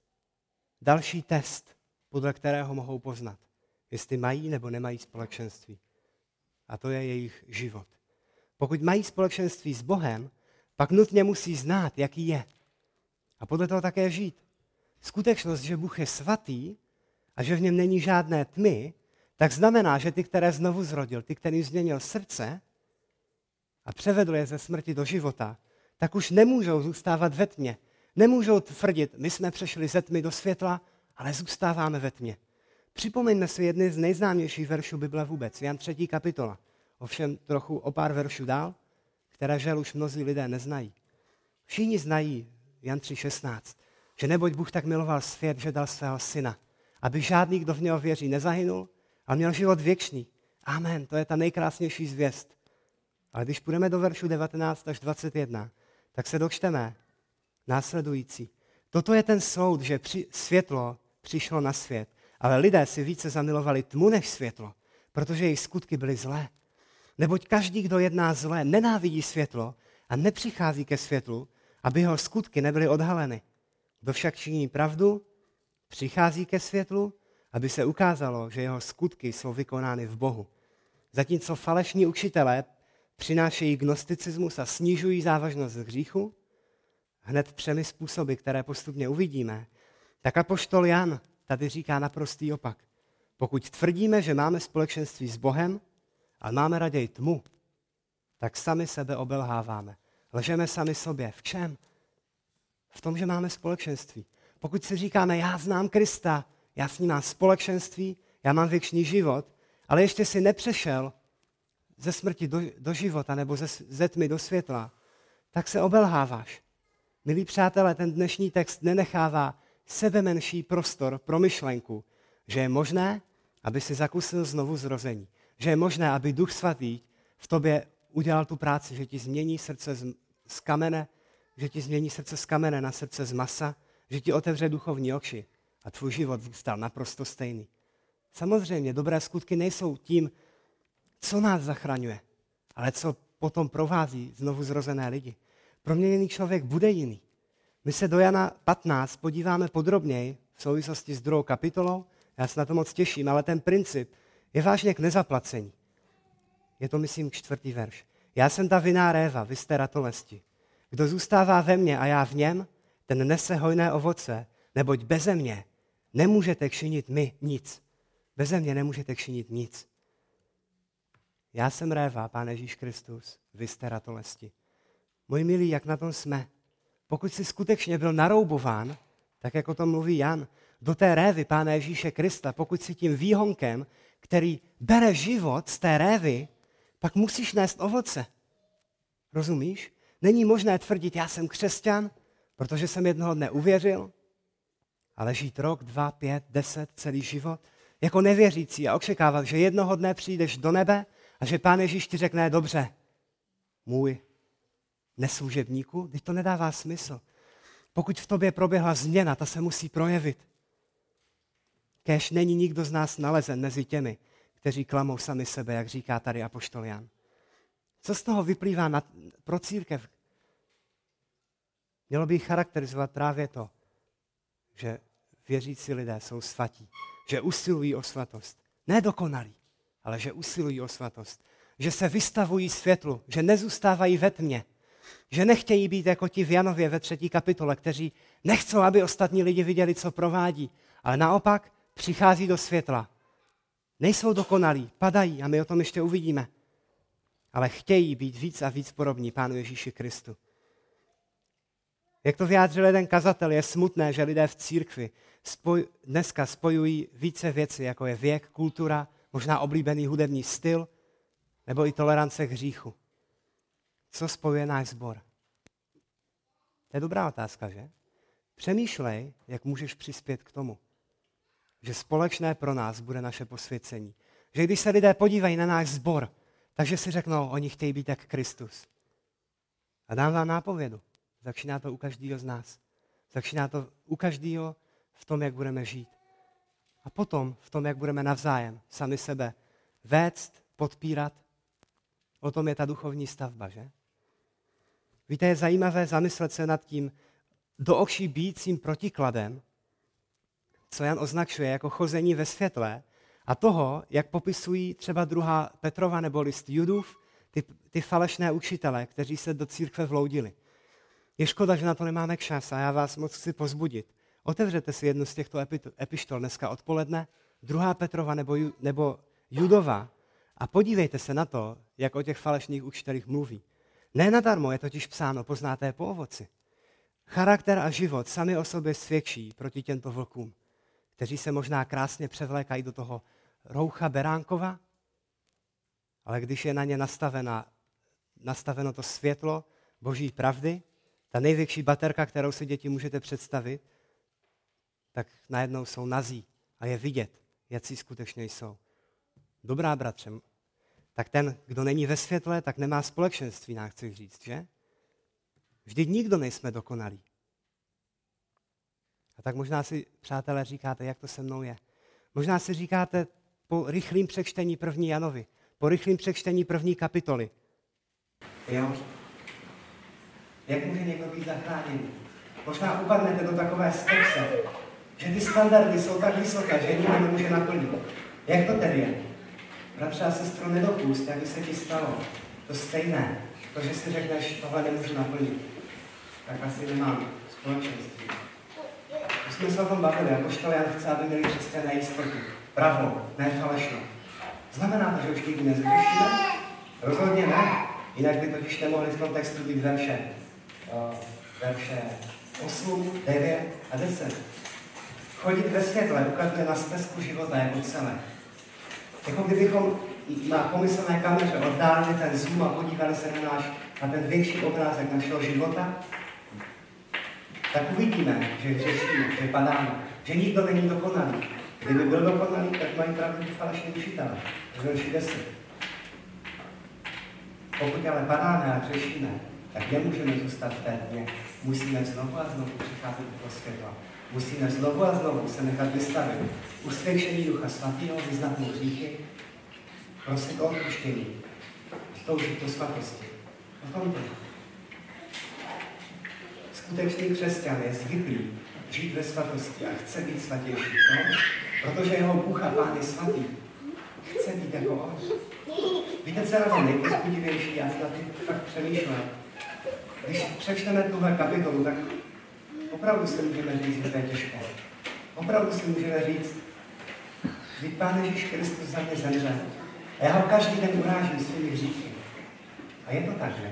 další test, podle kterého mohou poznat, jestli mají nebo nemají společenství. A to je jejich život. Pokud mají společenství s Bohem, pak nutně musí znát, jaký je. A podle toho také žít. Skutečnost, že Bůh je svatý a že v něm není žádné tmy, tak znamená, že ty, které znovu zrodil, ty, který změnil srdce a převedl je ze smrti do života, tak už nemůžou zůstávat ve tmě. Nemůžou tvrdit, my jsme přešli ze tmy do světla, ale zůstáváme ve tmě. Připomeňme si jedny z nejznámějších veršů Bible vůbec, Jan třetí kapitola. Ovšem trochu o pár veršů dál, které žel už mnozí lidé neznají. Všichni znají Jan tři šestnáct, že neboť Bůh tak miloval svět, že dal svého syna, aby žádný, kdo v něho věří, nezahynul, ale měl život věčný. Amen, to je ta nejkrásnější zvěst. Ale když půjdeme do veršu devatenáct až dvacet jedna, tak se dočteme následující. Toto je ten soud, že při, světlo přišlo na svět, ale lidé si více zamilovali tmu než světlo, protože jejich skutky byly zlé. Neboť každý, kdo jedná zlé, nenávidí světlo a nepřichází ke světlu, aby jeho skutky nebyly odhaleny. Kdo však činí pravdu, přichází ke světlu, aby se ukázalo, že jeho skutky jsou vykonány v Bohu. Zatímco falešní učitelé přinášejí gnosticismus a snižují závažnost hříchu, hned třemi způsoby, které postupně uvidíme, tak apoštol Jan tady říká naprostý opak. Pokud tvrdíme, že máme společenství s Bohem a máme raději tmu, tak sami sebe obelháváme. Lžeme sami sobě. V čem? V tom, že máme společenství. Pokud si říkáme, já znám Krista, já s ním mám společenství, já mám věčný život, ale ještě si nepřešel ze smrti do, do života nebo ze, ze tmy do světla, tak se obelháváš. Milí přátelé, ten dnešní text nenechává sebe menší prostor pro myšlenku, že je možné, aby si zakusil znovu zrození. Že je možné, aby Duch Svatý v tobě udělal tu práci, že ti změní srdce z, z kamene, že ti změní srdce z kamene na srdce z masa, že ti otevře duchovní oči a tvůj život zůstal naprosto stejný. Samozřejmě, dobré skutky nejsou tím, co nás zachraňuje, ale co potom provází znovu zrozené lidi. Proměněný člověk bude jiný. My se do Jana patnáct podíváme podrobněji v souvislosti s druhou kapitolou. Já se na to moc těším, ale ten princip je vážně k nezaplacení. Je to, myslím, čtvrtý verš. Já jsem ta vinná réva, vy jste ratolesti. Kdo zůstává ve mně a já v něm, ten nese hojné ovoce, neboť beze mě nemůžete činit my nic. Beze mě nemůžete činit nic. Já jsem réva, Pán Ježíš Kristus, vy jste ratolesti. Moji milí, jak na tom jsme? Pokud jsi skutečně byl naroubován, tak jako to mluví Jan, do té révy Pána Ježíše Krista, pokud jsi tím výhonkem, který bere život z té révy, pak musíš nést ovoce. Rozumíš? Není možné tvrdit, já jsem křesťan, protože jsem jednoho dne uvěřil, ale žít rok, dva, pět, deset, celý život jako nevěřící a očekávat, že jednoho dne přijdeš do nebe a že Pán Ježíš ti řekne, dobře, můj neslužebníku, teď to nedává smysl. Pokud v tobě proběhla změna, ta se musí projevit. Kéž není nikdo z nás nalezen mezi těmi, kteří klamou sami sebe, jak říká tady apoštol Jan. Co z toho vyplývá na, pro církev? Mělo by jich charakterizovat právě to, že věřící lidé jsou svatí, že usilují o svatost. Ne dokonalí, ale že usilují o svatost. Že se vystavují světlu, že nezůstávají ve tmě, že nechtějí být jako ti v Janově ve třetí kapitole, kteří nechcou, aby ostatní lidi viděli, co provádí, ale naopak přichází do světla. Nejsou dokonalí, padají a my o tom ještě uvidíme, ale chtějí být víc a víc podobní Pánu Ježíši Kristu. Jak to vyjádřil jeden kazatel, je smutné, že lidé v církvi spoj, dneska spojují více věci, jako je věk, kultura, možná oblíbený hudební styl, nebo i tolerance k hříchu. Co spojuje náš sbor? To je dobrá otázka, že? Přemýšlej, jak můžeš přispět k tomu, že společné pro nás bude naše posvěcení. Že když se lidé podívají na náš sbor, takže si řeknou, oni chtějí být jak Kristus. A dám vám nápovědu. Začíná to u každého z nás. Začíná to u každého v tom, jak budeme žít. A potom v tom, jak budeme navzájem sami sebe vést, podpírat. O tom je ta duchovní stavba, že? Víte, je zajímavé zamyslet se nad tím do očí bíjícím protikladem, co Jan označuje jako chození ve světle a toho, jak popisují třeba druhá Petrova nebo list Judův, ty, ty falešné učitele, kteří se do církve vloudili. Je škoda, že na to nemáme čas a já vás moc chci pozbudit. Otevřete si jednu z těchto epištol dneska odpoledne, druhá Petrova nebo, nebo Judova a podívejte se na to, jak o těch falešných učitelích mluví. Ne nadarmo je totiž psáno, poznáte je po ovoci. Charakter a život sami o sobě svědčí proti těmto vlkům, kteří se možná krásně převlékají do toho roucha beránkova, ale když je na ně nastavena, nastaveno to světlo boží pravdy, ta největší baterka, kterou si děti můžete představit, tak najednou jsou nazí a je vidět, jací skutečně jsou. Dobrá, bratře, tak ten, kdo není ve světle, tak nemá společenství, nám chci říct, že? Vždyť nikdo nejsme dokonalí. A tak možná si, přátelé, říkáte, jak to se mnou je. Možná si říkáte po rychlým přečtení první Janovi, po rychlým přečtení první kapitoly. Jo? Jak může někdo být zachráněný? Možná upadnete do takové skepse, že ty standardy jsou tak vysoké, že nikdo nemůže naplnit. Jak to tedy je? Bratře a sestro, nedopust, aby se ti stalo to stejné, to, že si řekneš, tohle nemůžu naplnit, tak asi nemám společenství. Už jsme se o tom bavili, apoštol Jan chce, aby měli křesťané jistotu. Pravou, ne falešnou. Znamená to, že už nikdy nezhřešíme? Rozhodně ne. Jinak by totiž nemohli v tom textu být verše, uh, verše osm, devět a deset. Chodit ve světle ukazuje na stezku života jako celé. Jako kdybychom na pomyslné kameře oddálili ten zoom a podívali se na, náš, na ten větší obrázek našeho života, tak uvidíme, že hřešíme, že padáme, že nikdo není dokonalý. Kdyby byl dokonalý, tak mají pravdu ty falešní učitelé. Verši deset. Pokud ale padáme a hřešíme, tak nemůžeme zůstat v té dně. Musíme znovu a znovu přicházet do světla. Musíme znovu a znovu se nechat vystavit usvědčení Ducha Svatého, vyznat mu hříchy, prosit o odpuštění, toužit po svatosti. O tom to. Skutečný křesťan je zvyklý žít ve svatosti a chce být svatější. No? Protože jeho Bůh a Pán je svatý. Chce být jako on. Víte, co je to nejpozbudivější? Já se na tím fakt přemýšlím. Když přečteme tuhle kapitolu, tak opravdu si můžeme říct, že to je těžké. Opravdu si můžeme říct, že Pán Ježíš Kristus za mě zemřel. A já ho každý den urážím svými hříchy. A je to tak, že?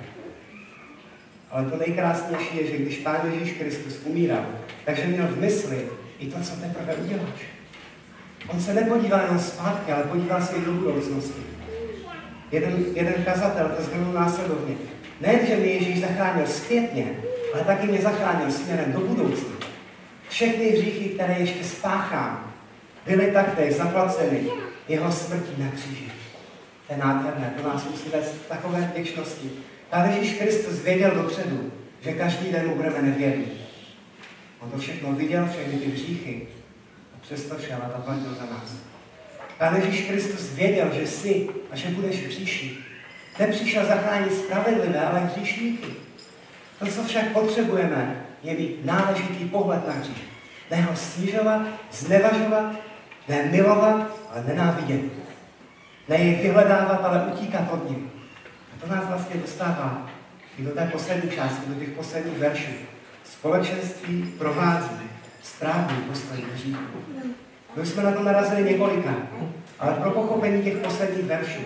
Ale to nejkrásnější je, že když Pán Ježíš Kristus umíral, takže měl v mysli i to, co teprve uděláš. On se nepodíval jenom zpátky, ale podíval se i do budoucnosti. Jeden, jeden kazatel to shrnul následovně. Nejen, že mě Ježíš zachránil zpětně, ale taky mě zachránil směrem do budoucna. Všechny hříchy, které ještě spáchám, byly taktéž zaplaceny jeho smrtí na kříži. To je nádherné, to nás musí vést takové věčnosti. Pán Ježíš Kristus věděl dopředu, že každý den mu budeme nevěrní. On to všechno viděl, všechny ty hříchy, a přesto šel a zaplatil za nás. Pán Ježíš Kristus věděl, že jsi a že budeš hříšit. Nepřišel zachránit spravedlivé, ale hříšníky. To, co však potřebujeme, je mít náležitý pohled na hřích. Ne ho snižovat, znevažovat, ne milovat, ale nenávidět. Ne jej vyhledávat, ale utíkat od nich. A to nás vlastně dostává i do té poslední části, do těch posledních veršů. Společenství provází správný postoj k hříchu. My jsme na to narazili několikrát, ale pro pochopení těch posledních veršů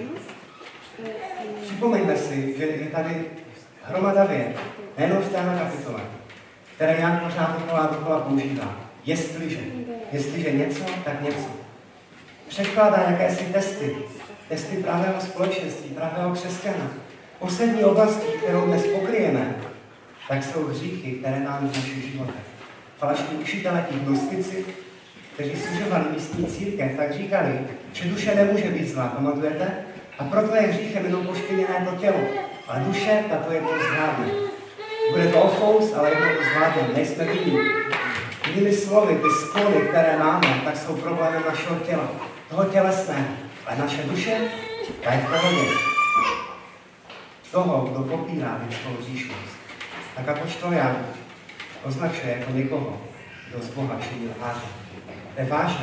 připomeňme si, že je tady hromada vět, nejenom v téhle kapitole, které Jan pořád dokola dokola používá. Jestliže. Jestliže něco, tak něco. Překládá jakési testy. Testy pravého společenství, pravého křesťana. Poslední oblastí, kterou dnes pokryjeme, tak jsou hříchy, které máme v našich životech. Falešní učitelé, ti gnostici, kteří sužovali místní církev, tak říkali, že duše nemůže být zlá, pamatujete? A proto je hříchem jenom pošpiněné to tělo. Ale duše, tato je to zvládne. Bude to ofous, ale je to zvládne, nejsme vinní. Jinými slovy, ty sklony, které máme, tak jsou problémem našeho těla, toho tělesného. A naše duše, ta je v pohodě. Toho, kdo popírá lidskou hříšnost, tak apoštol Jan označuje jako někoho, kdo z Boha činí lháře. To je vážné.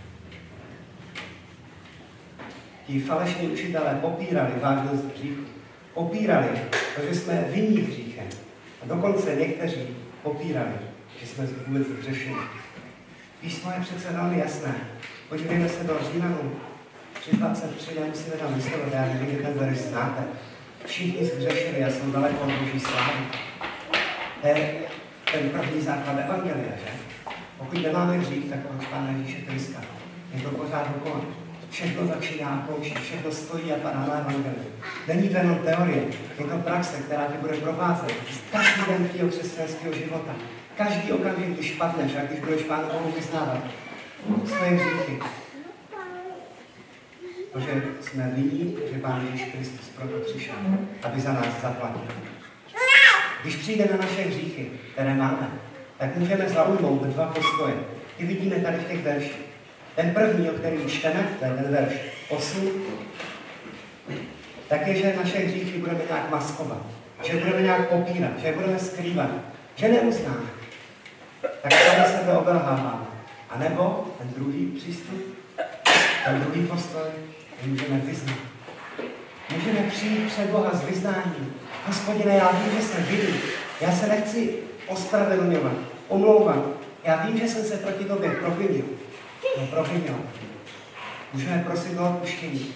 Ti falešní učitelé popírali vážnost hříchu. Popírali to, že jsme vinní hříchem. A dokonce někteří popírali, že jsme vůbec hřešili. Písmo je přece velmi jasné. Podívejme se do Římanů tři dvacet tři, nemusíme tam vyslovit, já nevím, že ten verš znáte. Všichni zhřešili a jsou daleko od Boží slávy. To je ten první základ evangelia, že? Pokud nemáme hřích, tak proč Pána Ježíše Krista? Je to pořád dokola. Všechno začíná a končí, všechno stojí a padá na evangeliu. Není to jenom teorie, je to praxe, která tě bude provázet každý den tvýho křesťanského života. Každý okamžik, když padneš a když budeš Pánu Bohu vyznávat svoje hříchy. Protože jsme vinní, že Pán Ježíš Kristus proto přišel, aby za nás zaplatil. Když přijde na naše hříchy, které máme, tak můžeme zaujmout dva postoje. Ty vidíme tady v těch verších. Ten první, o kterém čteme, to je ten verš osm, tak je, že naše hříchy budeme nějak maskovat, že budeme nějak popírat, že budeme skrývat, že neuznáme. Tak sami sebe obelháváme. A nebo ten druhý přístup, ten druhý postoj, můžeme vyznat. Můžeme přijít před Boha s vyznáním. Hospodine, já vím, že jsem vinný. Já se nechci ospravedlňovat, omlouvat. Já vím, že jsem se proti tobě provinil. No provinil. Můžeme prosit o odpuštění.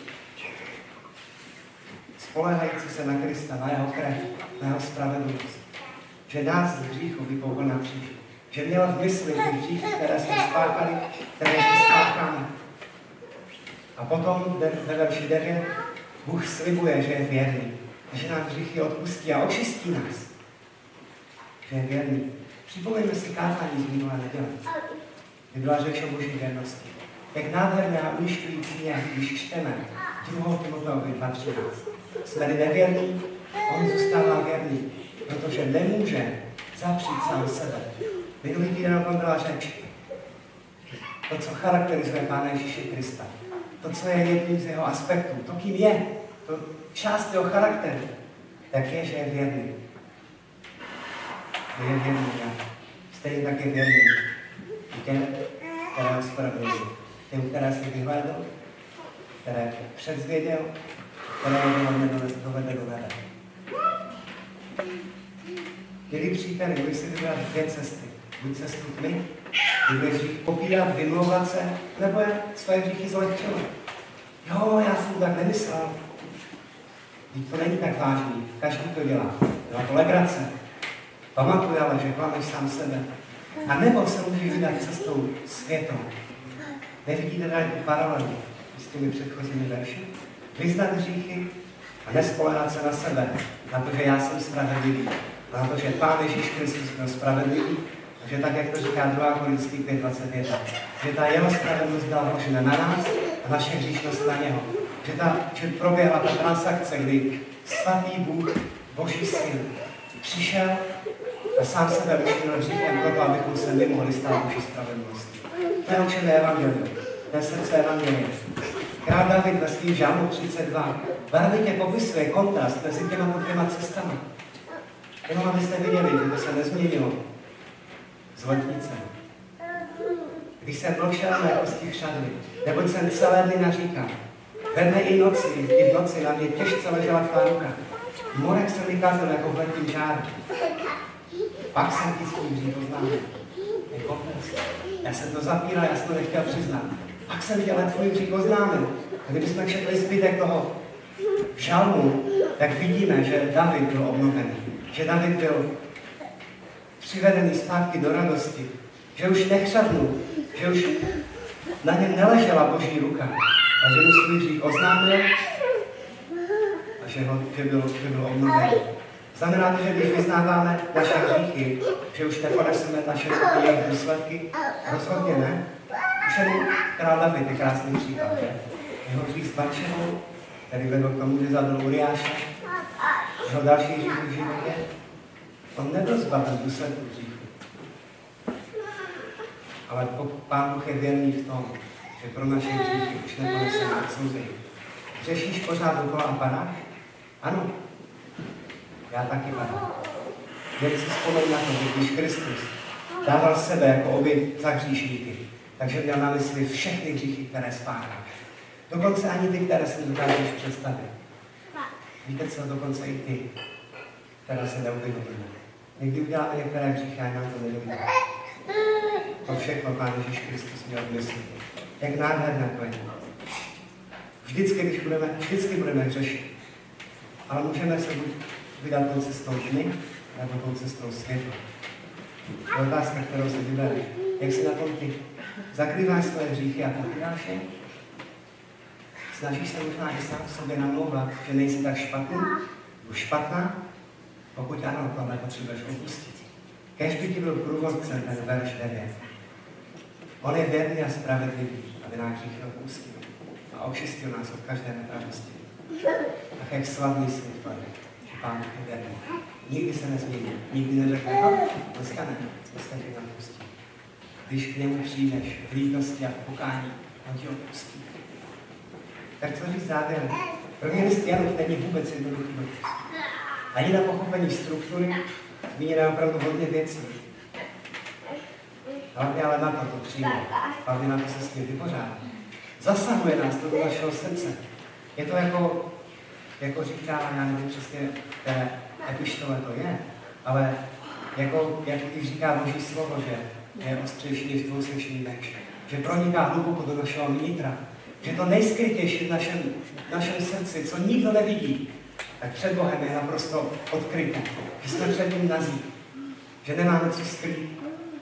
Spoléhající se na Krista, na jeho krev, na jeho spravedlnost. Že nás z hříchu vykoupil na kříž. Že měl v mysli ty hříchy, které jsme spáchali, které jsme spácháme. A potom ve verši devět Bůh slibuje, že je věrný. Že nám hříchy odpustí a očistí nás. Že je věrný. Připomeňme si kázání z minulé neděle. Kdy byla řeč o Boží věrnosti. Jak nádherné a ujišťující je, když čteme druhou Timoteovi dva třináct. Jsme-li nevěrní, on zůstává věrný, protože nemůže zapřít sám sebe. Minulý týden o tom byla řeč. To, co charakterizuje Pána Ježíše Krista. To, co je jedním z jeho aspektů. To, kým je. To část jeho charakteru. Tak je, že je věrný. Že je věrný. A stejně tak je věrný těm, které ospravedlnil. Těm, které si vyhlédl, které předzvěděl, které dovede do nebe. Milí příteli, budeš si vybrat dvě cesty. Buď cestu tmy, kdy budeš hřích popírat, vymlouvat se, nebo je svoje hříchy zlehčovat. Jo, já jsem to tak nemyslel. Vždyť to není tak vážný, každý to dělá. Dělá to legrace. Pamatuj ale, že klameš sám sebe. A nebo se můžeš vydat cestou světou. Nevidíte tady tu paralelu s těmi předchozími verši? Vyznat hříchy a nespoléhat se na sebe, na to, že já jsem spravedlivý. Na to, že Pán Ježíš Kristus byl spravedlivý, a že tak, jak to říká druhá Korinských pět dvacet jedna, že ta jeho spravedlnost byla vložena na nás a naše hříšnost na něho. Že, ta, že proběhla ta transakce, kdy svatý Bůh, Boží syn, přišel a sám sebe učinil hříchem proto, abychom se my mohli stát Boží spravedlností. To je učené evangelium, to je srdce evangelia. Král David ve svým žalmu třicet dva velmi popisuje kontrast mezi těma dvěma cestami. Jenom abyste viděli, že to se nezměnilo z letnice. Když jsem mlčel na kosti chřadly, neboť jsem celé dny naříkal. Ve dne i noci, i v noci na mě těžce ležela tvá ruka. Morek se mi kazil jako v letním žáru. Pak jsem ti svůj hřích oznámil. Je kontrast. Já jsem to zapíral, já jsem to nechtěl přiznat. Pak jsem tě ale tvůj hřích oznámil. A kdybychom četli zbytek toho žalmu, tak vidíme, že David byl obnovený. Že David byl přivedený zpátky do radosti. Že už nechřadnul. Že už na něm neležela Boží ruka. A že mu svůj hřích oznámil a že, ho, že, byl, že byl obnovený. Znamená to, že když vyznáváme naše hříchy, že už neponeseme naše jejich důsledky? Rozhodně ne. Už jenom král David je krásný příklad. Že? Jeho hřích s Batšebou, který vedl k tomu, že zabil Uriáše, jeho další hřích v životě, on nebyl zbaven důsledku hříchu. Ale Pán Bůh je věrný v tom, že pro naše hříchy už neponeseme odsouzení. Řešíš pořád dokola a padáš? Ano, já taky padám. Jen si vzpomeň na to, že když Kristus dával sebe jako oběť za hříšníky, takže měl na mysli všechny hříchy, které spácháš. Dokonce ani ty, které si dokážeš představit. Víte co, dokonce i ty, které se neuvědomíme. Někdy uděláme některé hříchy a nám to nedovídáme. To všechno Pán Ježíš Kristus měl v mysli. Jak nádherné to je. Vždycky, když budeme, vždycky budeme hřešit. Ale můžeme se buď vydat tou cestou dny, nebo tou cestou světla. To je otázka, kterou si vybereš. Jak si na tom ty? Zakrýváš své hříchy a popíráš je? Snažíš se možná i sám sobě namlouvat, že nejsi tak špatný? Už špatná? Pokud ano, tohle potřebuješ opustit. Kéž by ti byl průvodcem ten verš devět. On je věrný a spravedlivý, aby náš hřích opustil a očistil nás od každé nepravosti. Ach, jak slavný svět, Pane, že Pán je věrný. Nikdy se nezmění, nikdy neřekne, no, dneska ne, dneska tě napustí. Když k němu přijdeš v lítosti a v pokání, on tě odpustí. Tak co říct závěrem? První list Janův není vůbec jednoduchý dopis. Ani na pochopení struktury zmíněné opravdu hodně věcí. Hlavně ale na to to přijde. Hlavně na to se s tím vypořádá. Zasahuje nás to do našeho srdce. Je to jako, jako říká, já nevím přesně, v té epištole to je, ale jako, jako když říká Boží slovo, že je ostřejší než dvousečný meč, že proniká hluboko do našeho nitra, že to nejskrytější v našem, našem srdci, co nikdo nevidí, tak před Bohem je naprosto odkryté, že jsme před ním nazí, že nemáme co skrýt.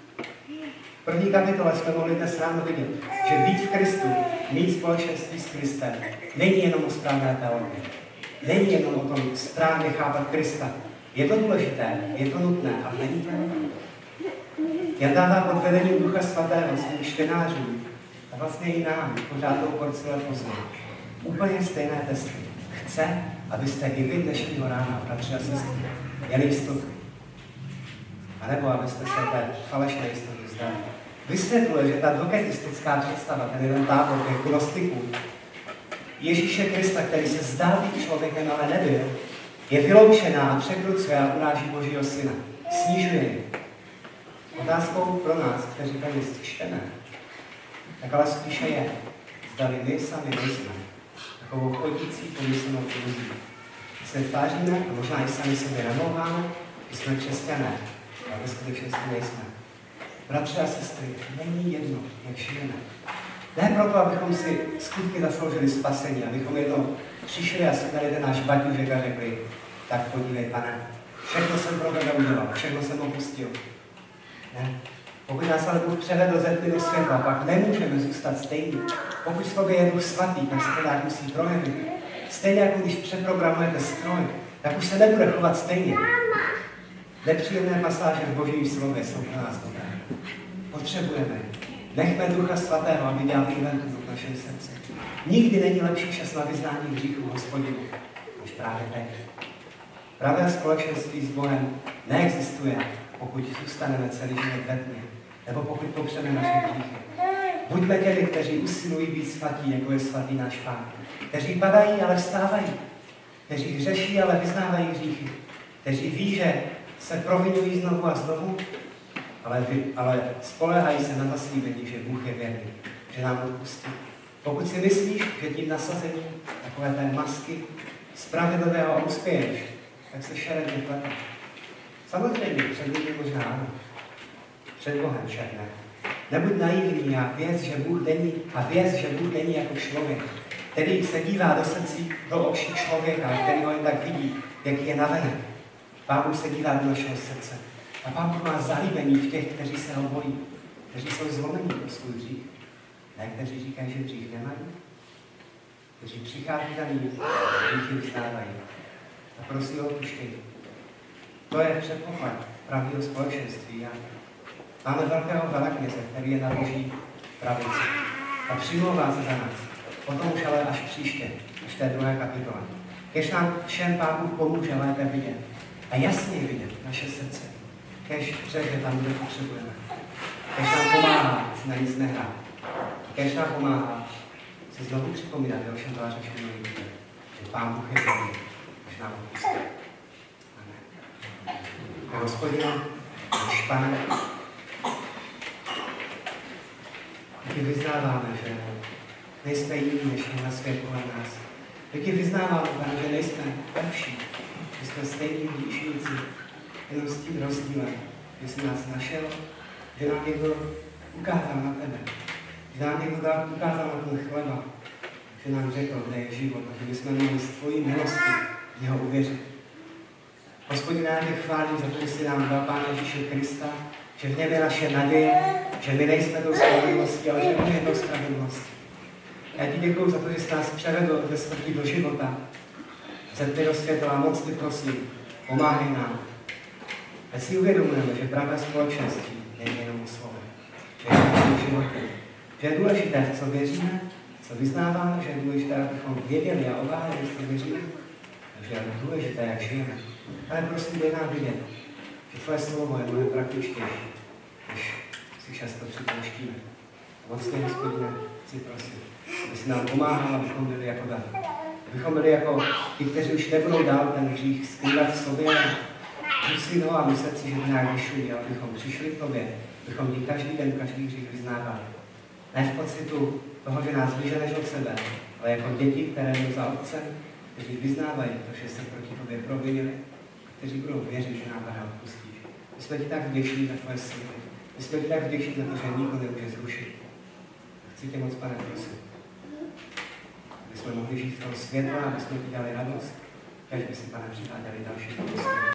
V první kapitole jsme mohli dnes ráno vidět, že být v Kristu, mít společenství s Kristem, není jenom o správné teologii. Není jenom o tom správně chápat Krista. Je to důležité, je to nutné, ale není to nutné. Jan dává pod vedením Ducha Svatého svým čtenářům a vlastně i nám pořádnou porci lepoznat. Úplně stejné testy. Chce, abyste i vy dnešního rána, bratři a sestry, měli jistotu. A nebo abyste se té falešné jistoty vzdali. Vysvětluje, že ta doketistická představa, ten jeden tábor těch gnostiků, Ježíše Krista, který se zdál být člověkem, ale nebyl, je vyloučená a překrucuje a uráží Božího syna. Snižuje ji. Otázkou pro nás, kteří tady čteme, tak ale spíše je, zdali my sami nejsme takovou chodící pomyslnou iluzí. Se tváříme a možná i sami sobě namlouváme, že jsme křesťané, ale ve skutečnosti nejsme. Bratři a sestry, není jedno, jak žijeme. Ne proto, abychom si skutky zasloužili spasení, abychom jednou přišli a si dali ten náš baťůžek a řekli, tak podívej, Pane, všechno jsem pro tebe udělal, všechno jsem opustil. Ne. Pokud nás ale Bůh převedl ze tmy do světla, pak nemůžeme zůstat stejný. Pokud v tobě je Duch Svatý, tak se to dát musí projevit. Stejně jako když přeprogramujete stroj, tak už se nebude chovat stejně. Nepříjemné pasáže v Božím slově jsou pro nás dobré. Potřebujeme. Nechme Ducha Svatého, aby dělal inventuru v našem srdci. Nikdy není lepší čas na vyznání hříchu Hospodinu, než právě teď. Pravé společenství s Bohem neexistuje, pokud zůstaneme celý život ve tmě, nebo pokud popřeme naše hříchy. Buďme těmi, kteří usilují být svatí, jako je svatý náš Pán. Kteří padají, ale vstávají. Kteří hřeší, ale vyznávají hříchy. Kteří ví, že se provinují znovu a znovu, ale, vy, ale spoléhají se na zaslíbení, že Bůh je věrný, že nám odpustí. Pokud si myslíš, že tím nasazením takové té masky spravedlivého uspěješ, tak se šeredně plete. Samozřejmě, před lidmi možná ano. Před Bohem však ne. Nebuď naivní a věc, že Bůh není, a věc, že Bůh není jako člověk, který se dívá do srdcí, do očí člověka, který ho jen tak vidí, jaký je navenek. Pán Bůh se dívá do našeho srdce. A Pán Bůh má zalíbení v těch, kteří se ho bojí, kteří jsou zlomení pro svůj hřích. Ne, kteří říkají, že hřích nemají, kteří přichází za ním, hříchy vzdávají a prosí o odpuštění. To je předpoklad pravého společenství. A máme velkého velekněze, který je na Boží pravici a přimlouvá se za nás. Potom už ale až příště, až v té druhé kapitole. Kež nám všem Pán Bůh pomůže lépe vidět a jasně vidět naše srdce. Kež řeže tam, kde potřebujeme. Kež nám pomáhá, na nic nehrát. Kéž nám pomáhá si znovu připomínat, že ovšem tváře všem že Pán Bůh je dobrý, až nám odpustí. Amen. A Hospodine, náš Pane, taky vyznáváme, že nejsme jiní než na svět kolem nás. Taky vyznáváme, Pane, že nejsme lepší, že jsme stejní hříšníci, jenom s tím rozdílem, že jsi nás našel, že nám někdo ukázal na tebe, že nám někdo ukázal na ten chleba, že nám řekl, kde je život a že bychom mohli z tvojí milosti v něho uvěřit. Hospodine, já tě chválím za to, že jsi nám dal Pána Ježíše Krista, že v něm je naše naděje, že my nejsme tou spravedlností, ale že on je tou spravedlností. Já ti děkuju za to, že jsi nás převedl ze smrti do života. Zetli do světla a moc tě prosím, pomáhej nám. Ať si uvědomujeme, že pravé společenství není jenom o slově, že je to životem. Že je důležité, v co věříme, co vyznáváme, že je důležité, abychom věděli a ováhali, co věříme, že je důležité, jak žijeme. Ale prosím, dej nám vidět, že tvoje slovo je mnohem praktičtější, než si často připouštíme. Moc tě, Hospodine, chci prosím, aby si nám pomáhal, abychom byli jako David. Abychom byli jako ti, kteří už nebudou dál ten hřích skrývat v sobě, musí ho a myslet si, že by nějak vyšli, ale abychom přišli k tobě, abychom ti každý den, každý hřích vyznávali. Ne v pocitu toho, že nás vyženeš od sebe, ale jako děti, které jdou za otcem, kteří vyznávají to, že se proti tobě provinili, kteří budou věřit, že nám Pane odpustíš. My jsme ti tak vděční za tvoje síly. My jsme ti tak vděční za to, že nikdo nemůže zrušit. Chci tě moc, Pane, prosit, aby jsme mohli žít v tom světla, aby jsme ti dali radost, každý by si, Pane, přiváděli další.